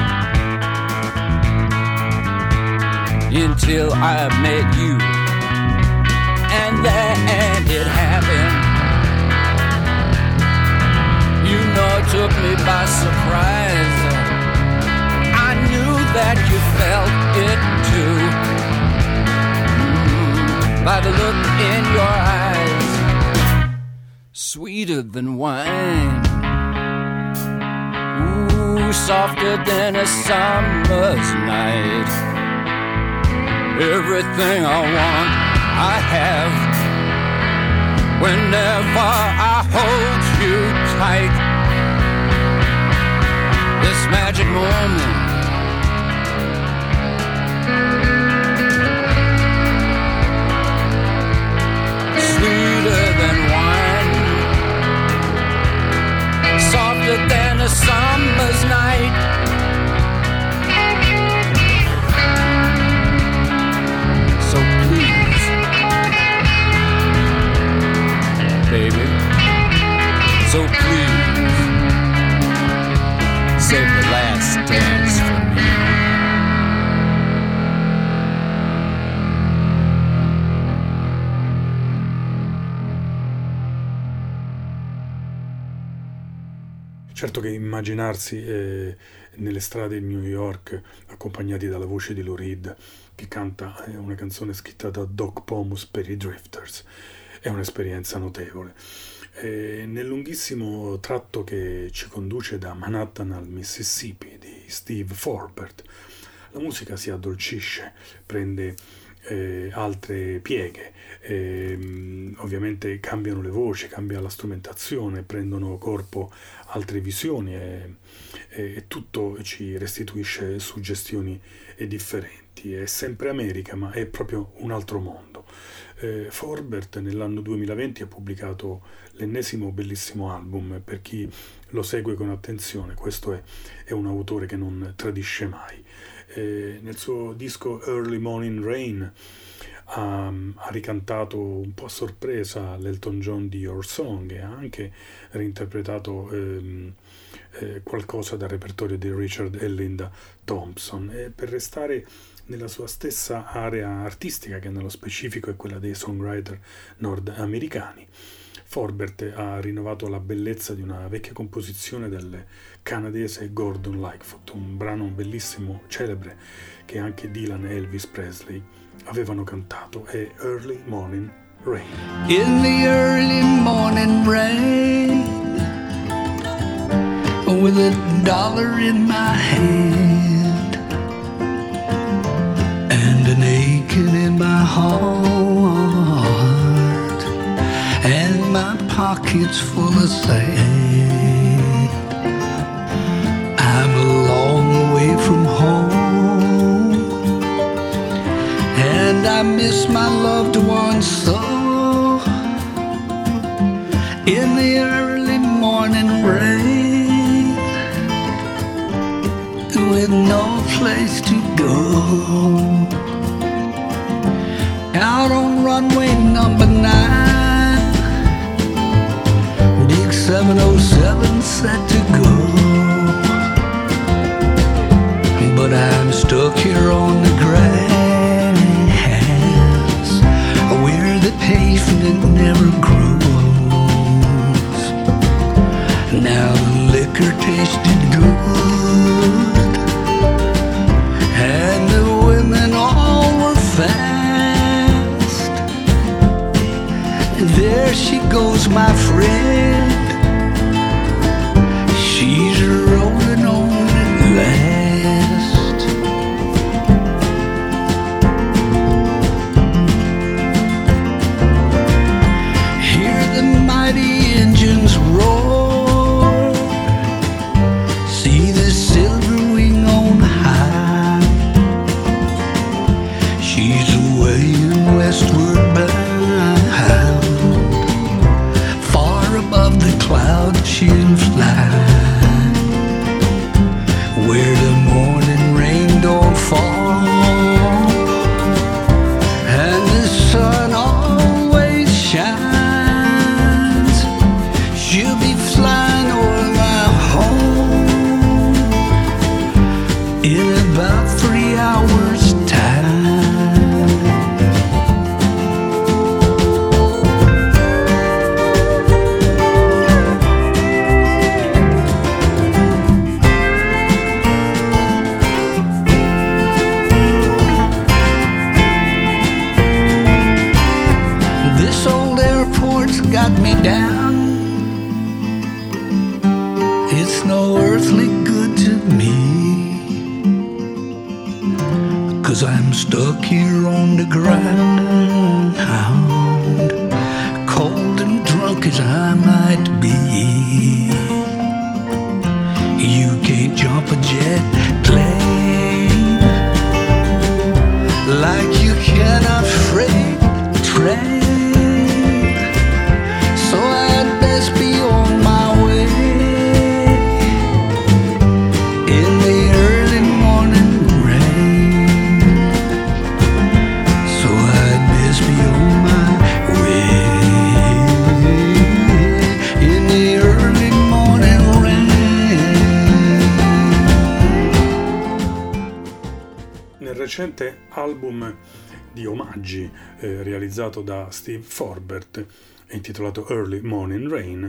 until I met you, and then it happened. You know, it took me by surprise. I knew that you felt it too, by the look in your eyes. Sweeter than wine, ooh, softer than a summer's night. Everything I want, I have, whenever I hold you tight. This magic moment, sweeter than wine, softer than a summer's night. So please, baby, so please, save the last dance for me. Certo che immaginarsi nelle strade di New York accompagnati dalla voce di Lou Reed che canta una canzone scritta da Doc Pomus per i Drifters è un'esperienza notevole. Nel lunghissimo tratto che ci conduce da Manhattan al Mississippi di Steve Forbert, la musica si addolcisce, prende altre pieghe, ovviamente cambiano le voci, cambia la strumentazione, prendono corpo altre visioni e tutto ci restituisce suggestioni differenti. effetti è sempre America, ma è proprio un altro mondo. Forbert nell'anno 2020 ha pubblicato l'ennesimo bellissimo album. Per chi lo segue con attenzione, questo è un autore che non tradisce mai. Nel suo disco Early Morning Rain ha ricantato un po' a sorpresa l'Elton John di Your Song e ha anche reinterpretato qualcosa dal repertorio di Richard e Linda Thompson. E per restare nella sua stessa area artistica, che nello specifico è quella dei songwriter nordamericani, Forbert ha rinnovato la bellezza di una vecchia composizione del canadese Gordon Lightfoot, un brano bellissimo, celebre, che anche Dylan e Elvis Presley avevano cantato. È Early Morning Rain. In the early morning rain, with $1 in my hand and an aching in my heart and my pockets full of sand. I'm a long way from home and I miss my loved ones so. In the early morning rain, with no place to go, out on runway number 9, Dig 707 set to go, but I'm stuck here on the grass where the pavement never grows. Now the liquor tasted good and the women all were fast. And there she goes, my friend, she's rolling on at last. Hear the mighty engines roar, westward bound, far above the clouds she'll fly, where the morning rain don't fall and the sun always shines. She'll be flying over my home in about 3 hours time. Got me down. It's no earthly good to me, 'cause I'm stuck here on the ground, cold and drunk as I might be. You can't jump a jet plane like you cannot freight train. So I'd best be on my way in the early morning rain. So I'd best be on my way in the early morning rain. Nel recente album di omaggi realizzato da Steve Forbert, intitolato Early Morning Rain,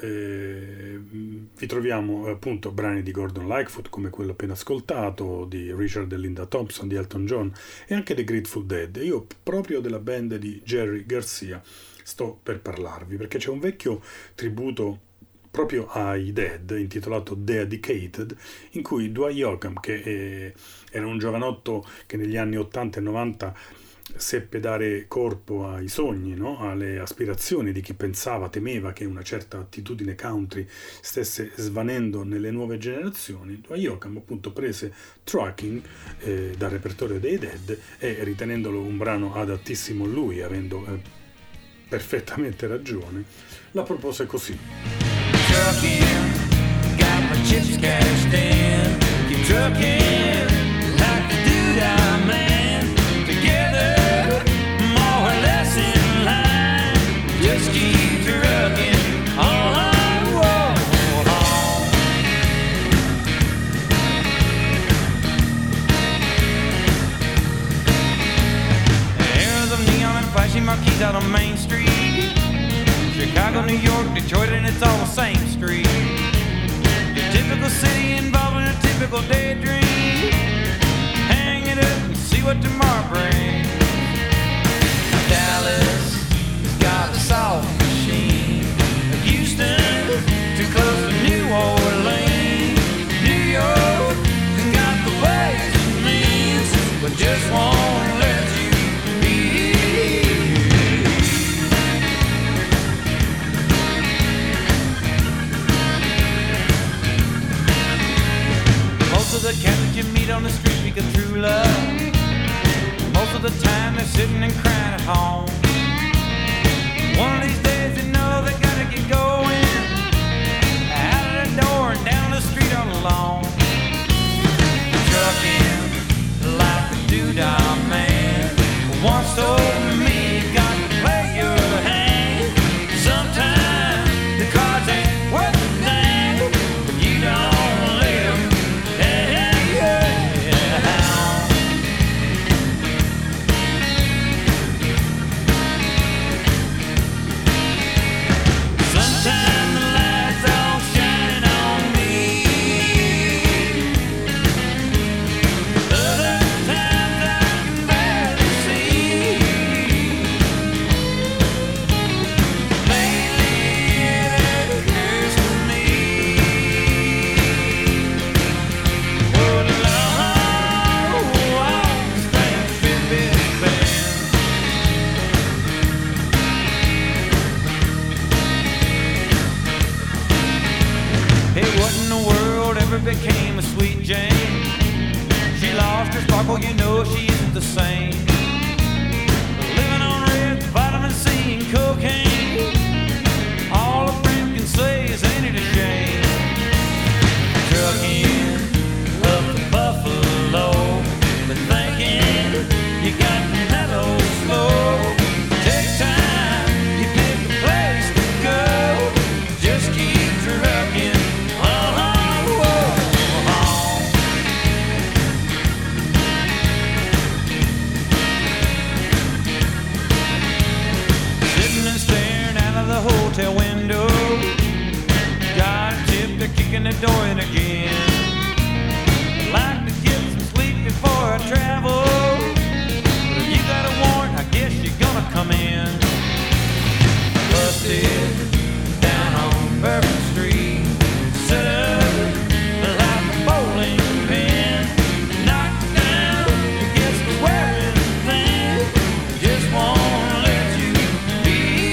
vi troviamo appunto brani di Gordon Lightfoot come quello appena ascoltato, di Richard e Linda Thompson, di Elton John e anche dei Grateful Dead. Io proprio della band di Jerry Garcia sto per parlarvi, perché c'è un vecchio tributo proprio ai Dead intitolato Dedicated, in cui Dwight Yoakam, che era un giovanotto che negli anni 80 e 90 seppe dare corpo ai sogni, no? Alle aspirazioni di chi pensava, temeva che una certa attitudine country stesse svanendo nelle nuove generazioni. Dwight Yoakam appunto prese Trucking dal repertorio dei Dead e, ritenendolo un brano adattissimo a lui, avendo perfettamente ragione, la propose così. Trucking, got my chips cashed in. Keep trucking like the dude I man. Together, more or less in line. Just keep trucking on. There's a neon and flashing marquees out on Main Street. Chicago, New York, Detroit, and it's all the same street. Your typical city involved in a typical daydream. Hang it up and see what tomorrow brings. Dallas has got a soft machine. Houston, too close to New Orleans. New York has got the ways and means, but just won't let you be. Most of the cats you meet on the street speak of true love. Most of the time they're sitting and crying at home. One of these days they know they gotta get going, out of the door and down the street all alone. Trucking like a doodah man once told me you got to play your hand. Sometimes the cards ain't worth a thing if you don't lay 'em. Sometimes the lights all shine on me. Other times I can barely see. Lately it occurs to me what a long walk strange trip it's been. Hey, what in the world ever became of Sweet Jane? She lost her sparkle, you know she isn't the same. Living on red, vitamin C and cocaine. All a friend can say is ain't it a shame? Trucking up to Buffalo, but thinking you got to mellow slow. Take time, you pick a place to go. Just keep trucking. Sitting and staring out of the hotel window. Got a tip, they're kicking the door in again. I'd like to get some sleep before I travel, but if you got a warrant, I guess you're gonna come in. Busted down on Bourbon Street, set up like a bowling pin, knocked down against the wearing thing, just won't let you be.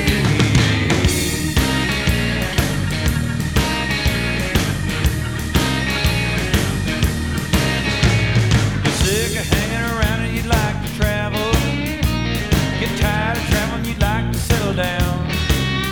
You're sick of hanging around and you'd like to travel, get tired of traveling, you'd like to settle down.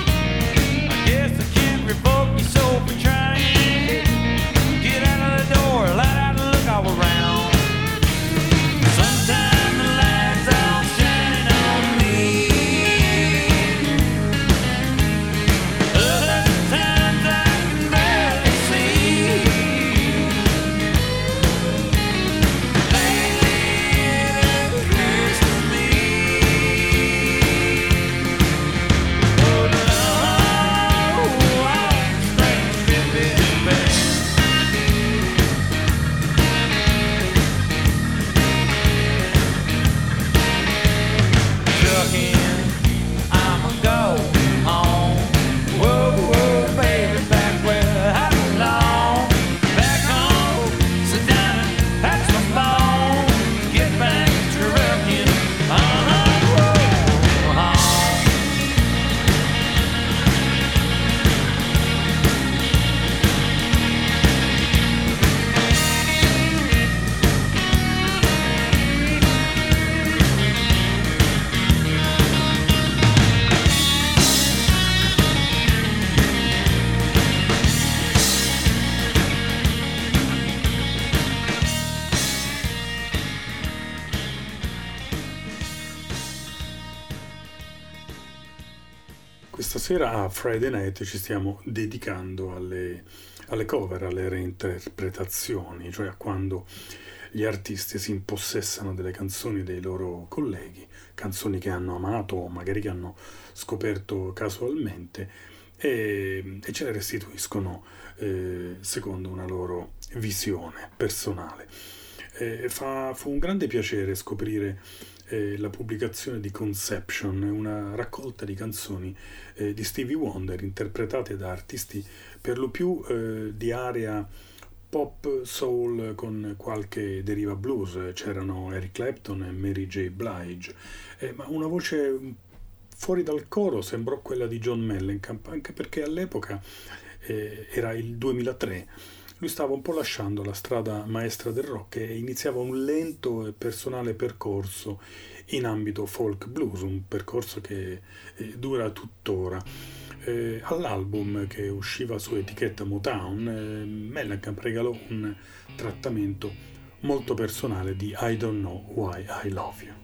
stasera a Friday Night ci stiamo dedicando alle cover, alle reinterpretazioni, cioè a quando gli artisti si impossessano delle canzoni dei loro colleghi, canzoni che hanno amato o magari che hanno scoperto casualmente e ce le restituiscono secondo una loro visione personale. Fu un grande piacere scoprire la pubblicazione di Conception, una raccolta di canzoni di Stevie Wonder interpretate da artisti per lo più di area pop soul con qualche deriva blues. C'erano Eric Clapton e Mary J. Blige, ma una voce fuori dal coro sembrò quella di John Mellencamp, anche perché all'epoca era il 2003. Lui stava un po' lasciando la strada maestra del rock e iniziava un lento e personale percorso in ambito folk blues, un percorso che dura tuttora. All'album che usciva su etichetta Motown, Mellencamp regalò un trattamento molto personale di I Don't Know Why I Love You.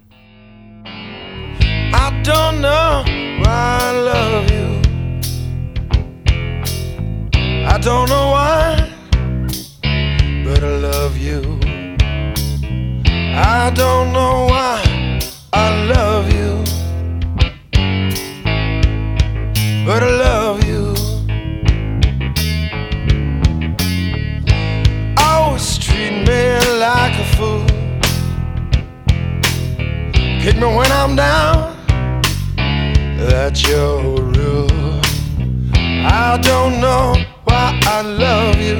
I don't know why I love you. I don't know why, but I love you. I don't know why I love you, but I love you. Always treat me like a fool, kick me when I'm down, that's your rule. I don't know why I love you,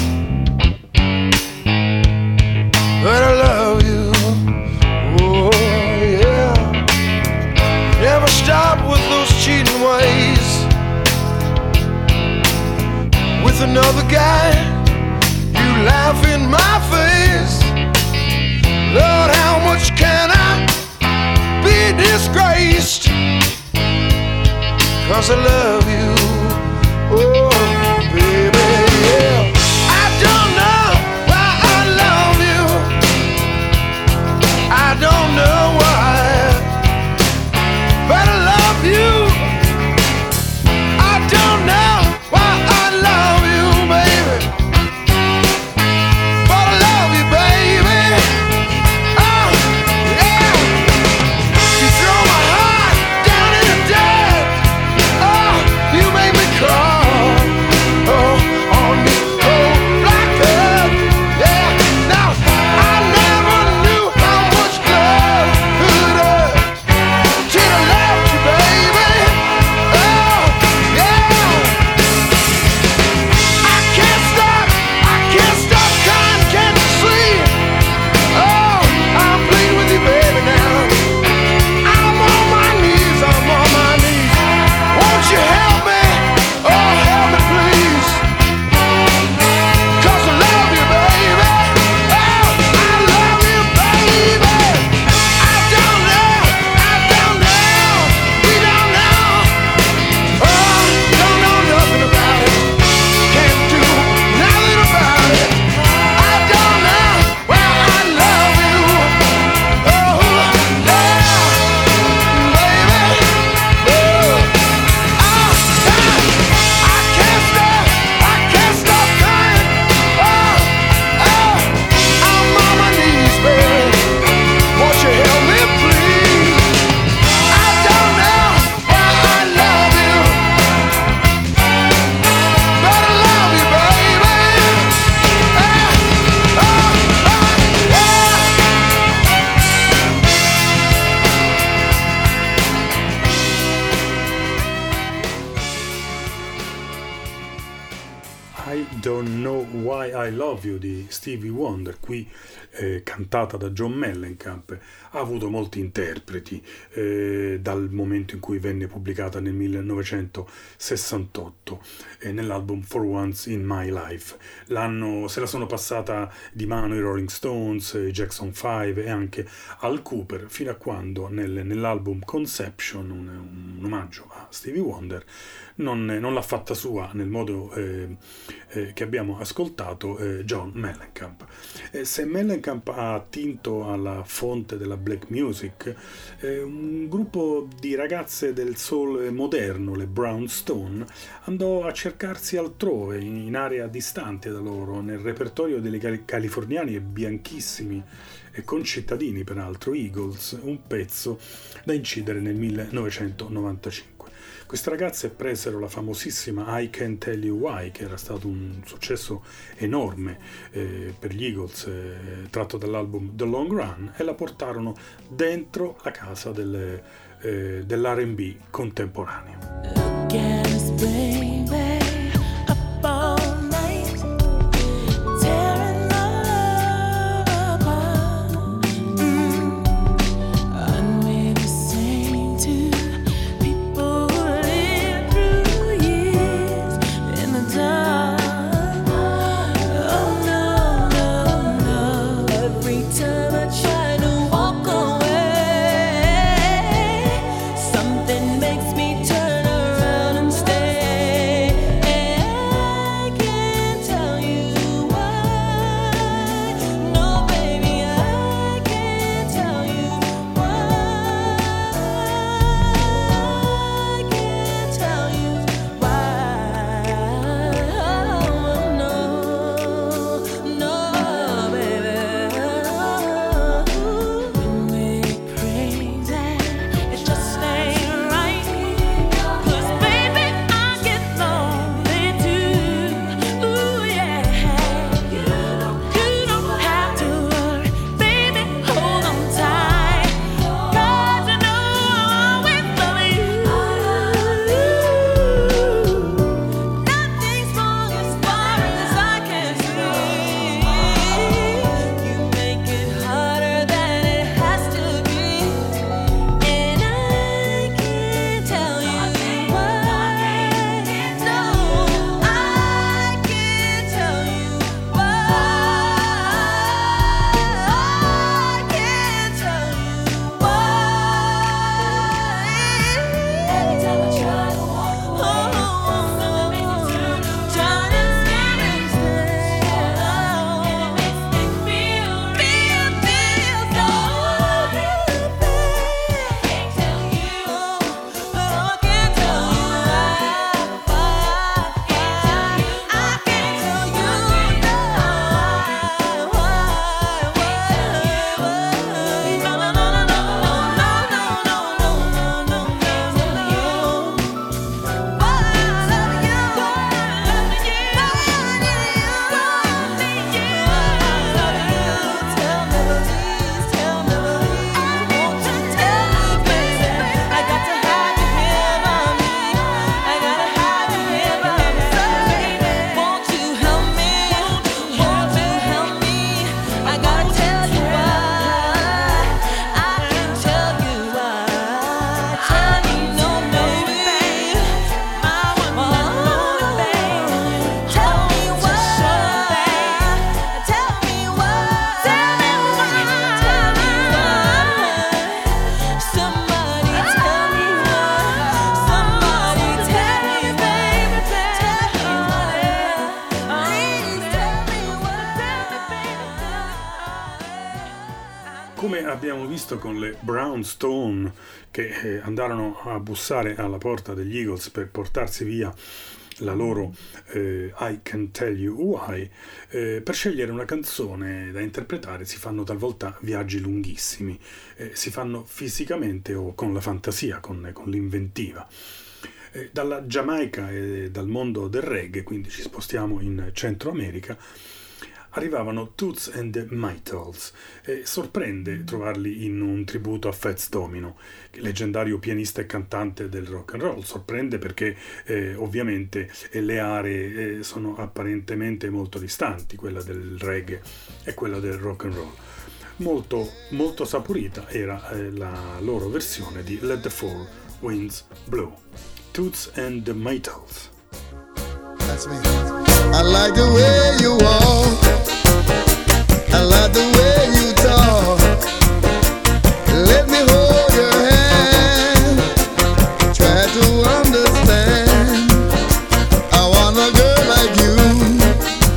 but I love you. Oh yeah. Never stop with those cheating ways with another guy. You laugh in my face. Lord, how much can I be disgraced? 'Cause I love you. Oh baby, yeah. I don't know why I love you. I don't know why, but I love you. I don't know why I love you, baby, but I love you, baby. Oh yeah. You throw my heart down in the dirt. Oh, you make me cry. Oh, on this cold black earth. Yeah. Now I never knew how much love could hurt till I left you, baby. Oh, yeah. I can't stop crying, can't you see? Oh, I'm pleading with you, baby, now. I'm on my knees, won't you help me? Oh, help me, please. 'Cause I love you, baby. Oh, I love you, baby. I don't know, we don't know. Oh, don't know nothing about it, can't do nothing about it. I don't know why I love you. Oh, yeah, baby. Oh, I can't stop crying. Oh, I'm on my knees, baby. Won't you help me, please? I don't know why I love you, but I love you, baby. Yeah. I Don't Know Why I Love You di Stevie Wonder, qui cantata da John Mellencamp, ha avuto molti interpreti dal momento in cui venne pubblicata nel 1968 nell'album For Once in My Life. Se la sono passata di mano i Rolling Stones, i Jackson 5 e anche Al Cooper, fino a quando nell'album Conception, un omaggio a Stevie Wonder, non l'ha fatta sua nel modo che abbiamo ascoltato John Mellencamp. Se Mellencamp ha attinto alla fonte della black music, un gruppo di ragazze del soul moderno, le Brownstone, andò a cercarsi altrove, in area distante da loro, nel repertorio dei californiani e bianchissimi e concittadini peraltro Eagles, un pezzo da incidere nel 1995. Queste ragazze presero la famosissima I Can't Tell You Why, che era stato un successo enorme per gli Eagles, tratto dall'album The Long Run, e la portarono dentro la casa dell'R&B contemporaneo. Come abbiamo visto con le Brownstone, che andarono a bussare alla porta degli Eagles per portarsi via la loro I Can't Tell You Why, per scegliere una canzone da interpretare si fanno talvolta viaggi lunghissimi, si fanno fisicamente o con la fantasia, con l'inventiva. Dalla Giamaica e dal mondo del reggae, quindi ci spostiamo in Centro America, arrivavano Toots and the Maytals. Sorprende trovarli in un tributo a Fats Domino, leggendario pianista e cantante del rock and roll. Sorprende perché ovviamente le aree sono apparentemente molto distanti, quella del reggae e quella del rock and roll. Molto, molto saporita era la loro versione di Let the Four Winds Blow. Toots and the Maytals. That's me. I like the way you walk, I like the way you talk. Let me hold your hand, try to understand. I want a girl like you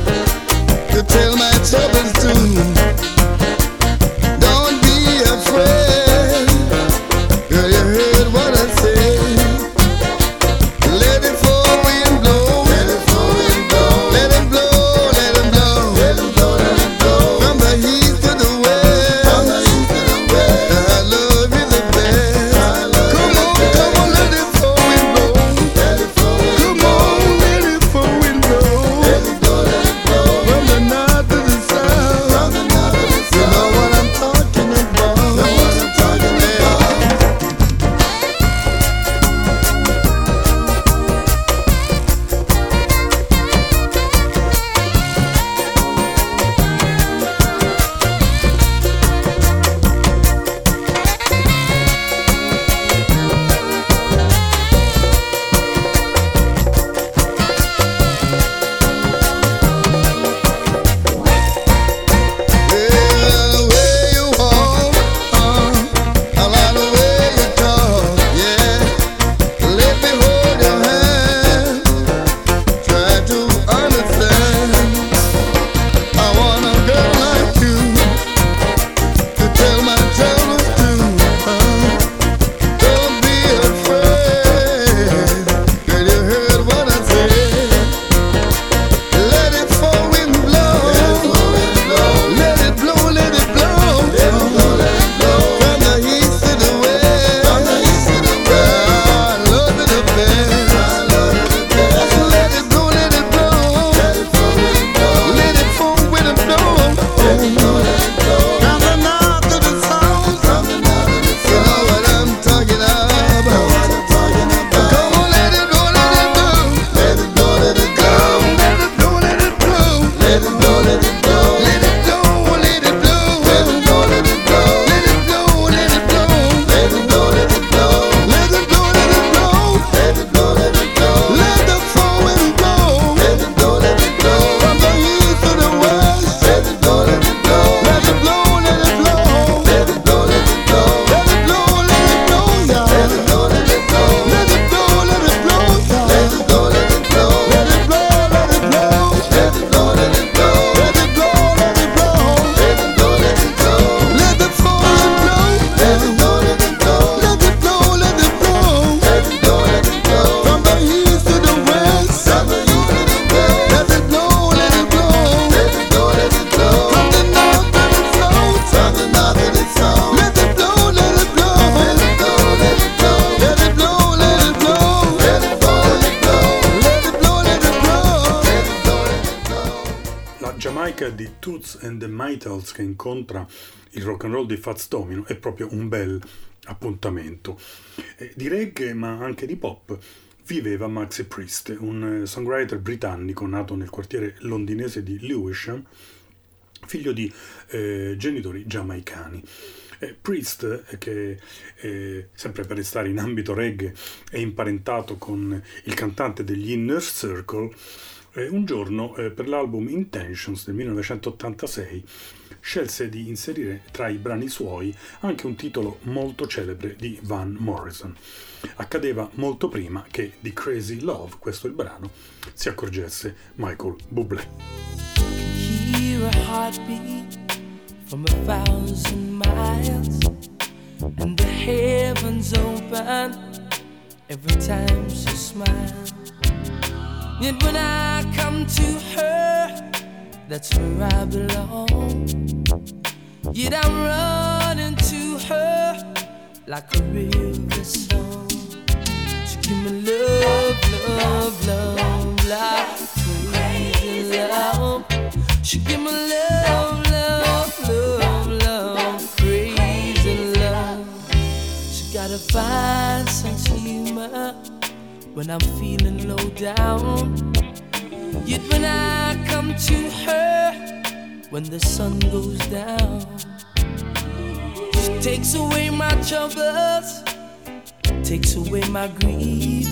Jamaica di Toots and the Maytals che incontra il rock and roll di Fats Domino è proprio un bel appuntamento. Di reggae ma anche di pop viveva Maxi Priest, un songwriter britannico nato nel quartiere londinese di Lewisham, figlio di genitori giamaicani. Priest, che sempre per restare in ambito reggae è imparentato con il cantante degli Inner Circle, un giorno per l'album Intentions del 1986 scelse di inserire tra i brani suoi anche un titolo molto celebre di Van Morrison. Accadeva molto prima che di Crazy Love, questo è il brano, si accorgesse Michael Bublé. Hear a heartbeat from 1,000 miles, and the heavens open every time she smiles. Yet when I come to her, that's where I belong. Yet I'm running to her like a river song. She give me love, love, love, love, crazy love. She give me love, love, love, love, crazy love. She got a fine sense of humor when I'm feeling low down. Yet when I come to her, when the sun goes down, she takes away my troubles, takes away my grief,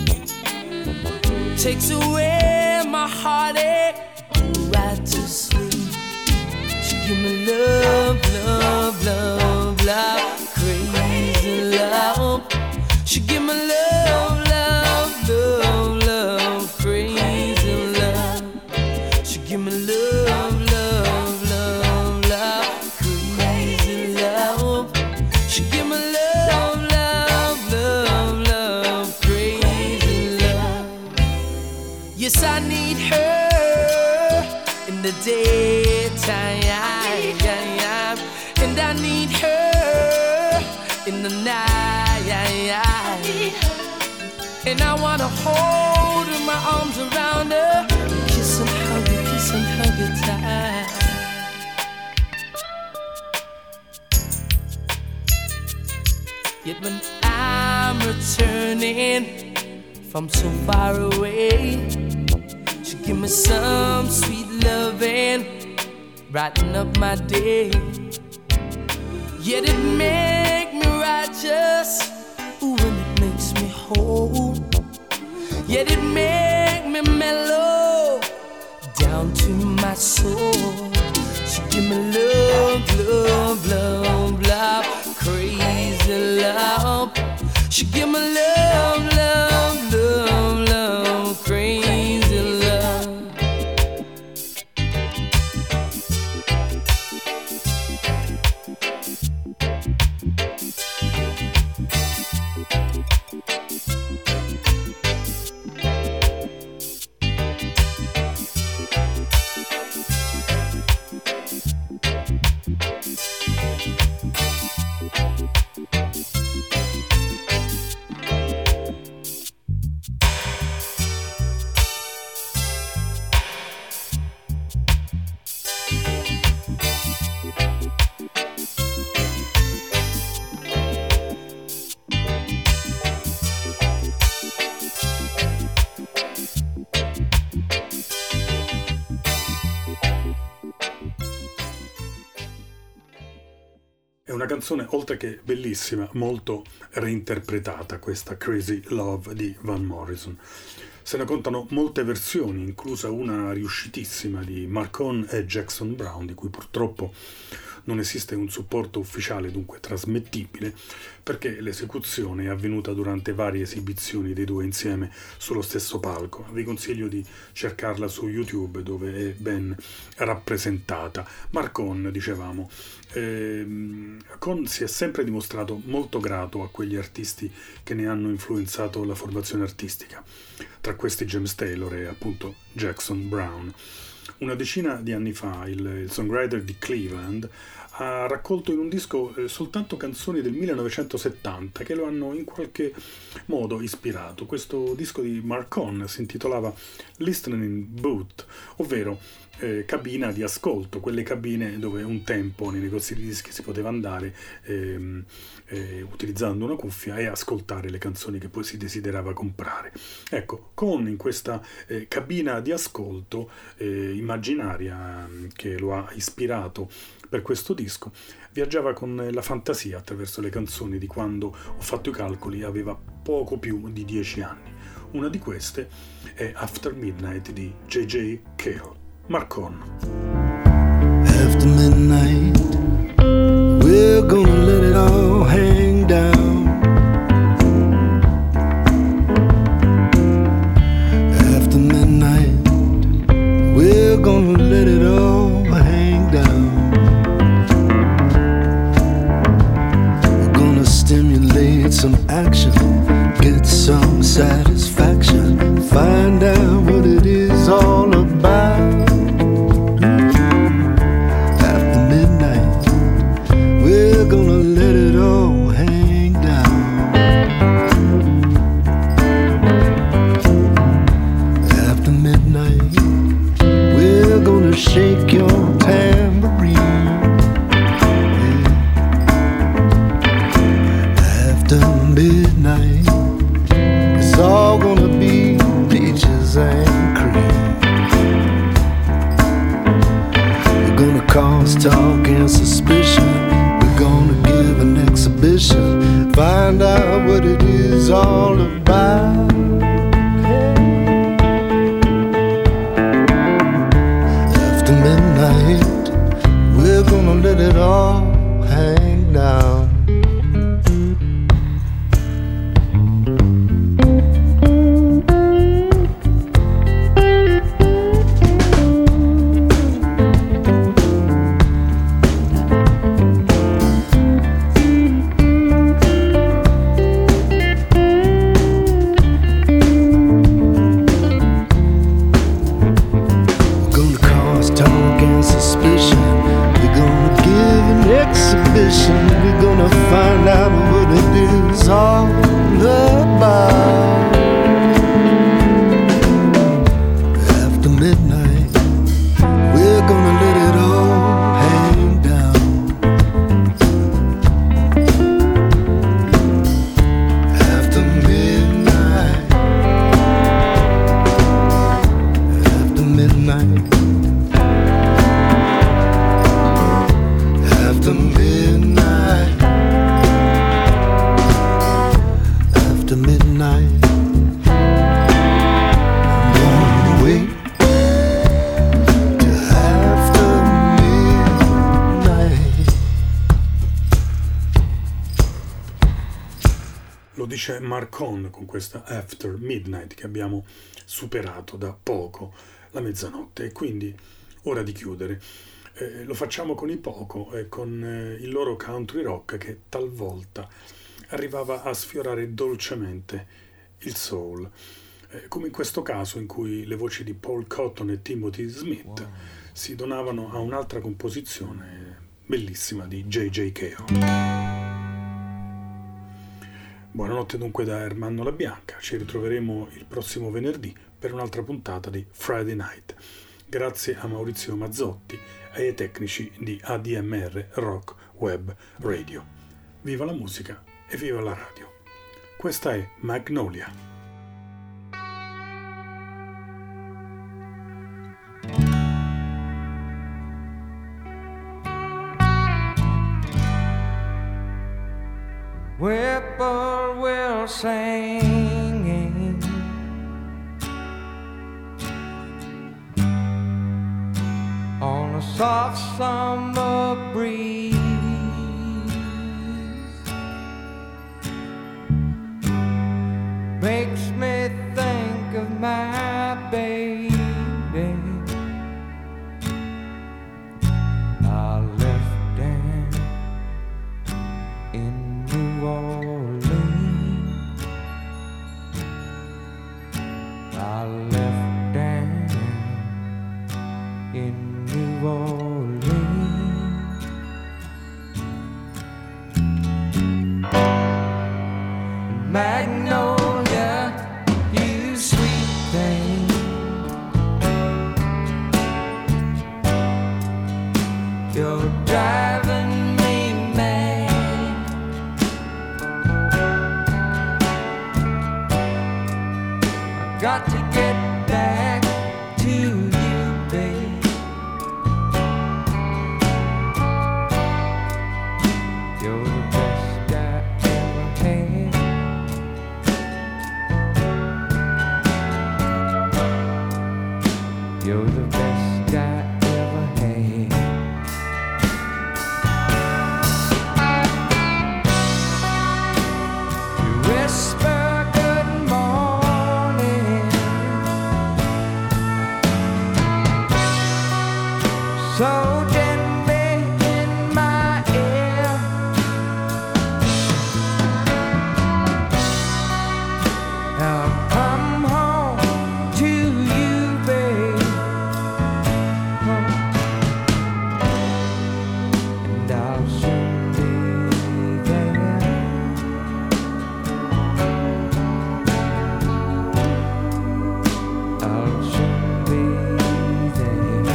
takes away my heartache, right to sleep. She give me love, love, love, love, crazy love. She give me love, love, love, love, crazy love. She give me love, love, love, love, crazy love. She give me love, love, love, love, crazy love. Yes, I need her in the daytime, and I need her in the night. And I wanna hold her, my arms around her, kiss and hug her tight. Yet when I'm returning from so far away, she give me some sweet loving, brighten up my day. Yet it make me righteous, ooh, and it makes me whole. Yet it make me mellow down to my soul. She give me love, love, love, love, crazy love. She give me love, love, love, love, crazy love. È una canzone, oltre che bellissima, molto reinterpretata, questa Crazy Love di Van Morrison. Se ne contano molte versioni, inclusa una riuscitissima di Marcon e Jackson Browne, di cui purtroppo non esiste un supporto ufficiale, dunque trasmettibile, perché l'esecuzione è avvenuta durante varie esibizioni dei due insieme sullo stesso palco. Vi consiglio di cercarla su YouTube, dove è ben rappresentata. Marcon, dicevamo, Con si è sempre dimostrato molto grato a quegli artisti che ne hanno influenzato la formazione artistica, tra questi James Taylor e appunto Jackson Browne. Una decina di anni fa il songwriter di Cleveland ha raccolto in un disco soltanto canzoni del 1970 che lo hanno in qualche modo ispirato. Questo disco di Marcon si intitolava Listening Booth, ovvero cabina di ascolto, quelle cabine dove un tempo nei negozi di dischi si poteva andare utilizzando una cuffia e ascoltare le canzoni che poi si desiderava comprare. Ecco, in questa cabina di ascolto immaginaria che lo ha ispirato per questo disco, viaggiava con la fantasia attraverso le canzoni di quando, ho fatto i calcoli, aveva poco più di 10 anni. Una di queste è After Midnight di J.J. Cale. Marcon. After midnight, we're gonna let it all hang down. After midnight, we're gonna let it all hang down. We're gonna stimulate some action, get some satisfaction, find out what it is all about. We're gonna let it all hang down. After midnight, we're gonna shake your tambourine. After midnight, it's all gonna be peaches and cream. We're gonna cause talk and suspicion, gonna give an exhibition, find out what it is all about. After midnight, we're gonna let it all hang down. We're gonna find out what it is all about. After midnight, we're gonna let it all hang down. After midnight, after midnight, after midnight, after midnight, I'm gonna wait till after midnight. Lo dice Marcon con questa After Midnight che abbiamo superato da poco la mezzanotte, e quindi ora di chiudere. Lo facciamo con i Poco e con il loro country rock che talvolta arrivava a sfiorare dolcemente il soul, come in questo caso in cui le voci di Paul Cotton e Timothy Smith si donavano a un'altra composizione bellissima di J.J. Cale. Buonanotte dunque da Ermanno La Bianca, ci ritroveremo il prossimo venerdì per un'altra puntata di Friday Night. Grazie a Maurizio Mazzotti e ai tecnici di ADMR Rock Web Radio. Viva la musica e viva la radio. Questa è Magnolia. Whippoorwill singing on a soft summer breeze, makes me think of my baby. I left Dan in New Orleans. I left Dan in New Orleans. You're driving me mad. I got to get back to you, babe. You're the best I ever had. You're the best I ever had. You whisper good morning, so gently in my ear. I'll come home to you, babe. And I'll soon be there. I'll soon be there.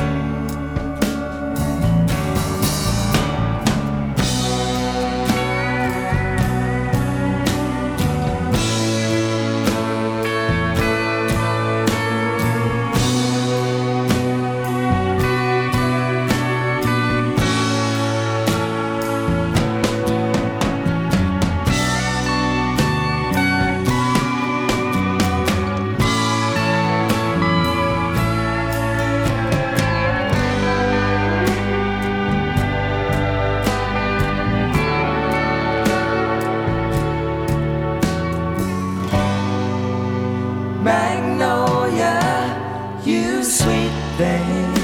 Magnolia, you sweet thing.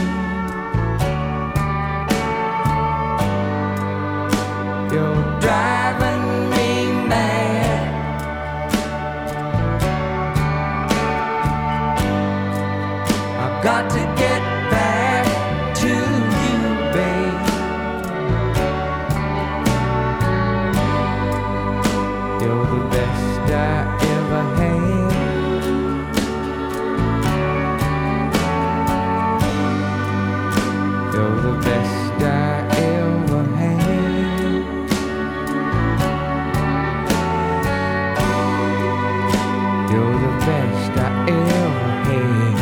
You're driving me mad. I've got to get back to you, babe. You're the best I ever had. You're the best I ever had. You're the best I ever had.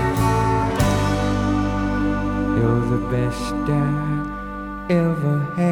You're the best I ever had.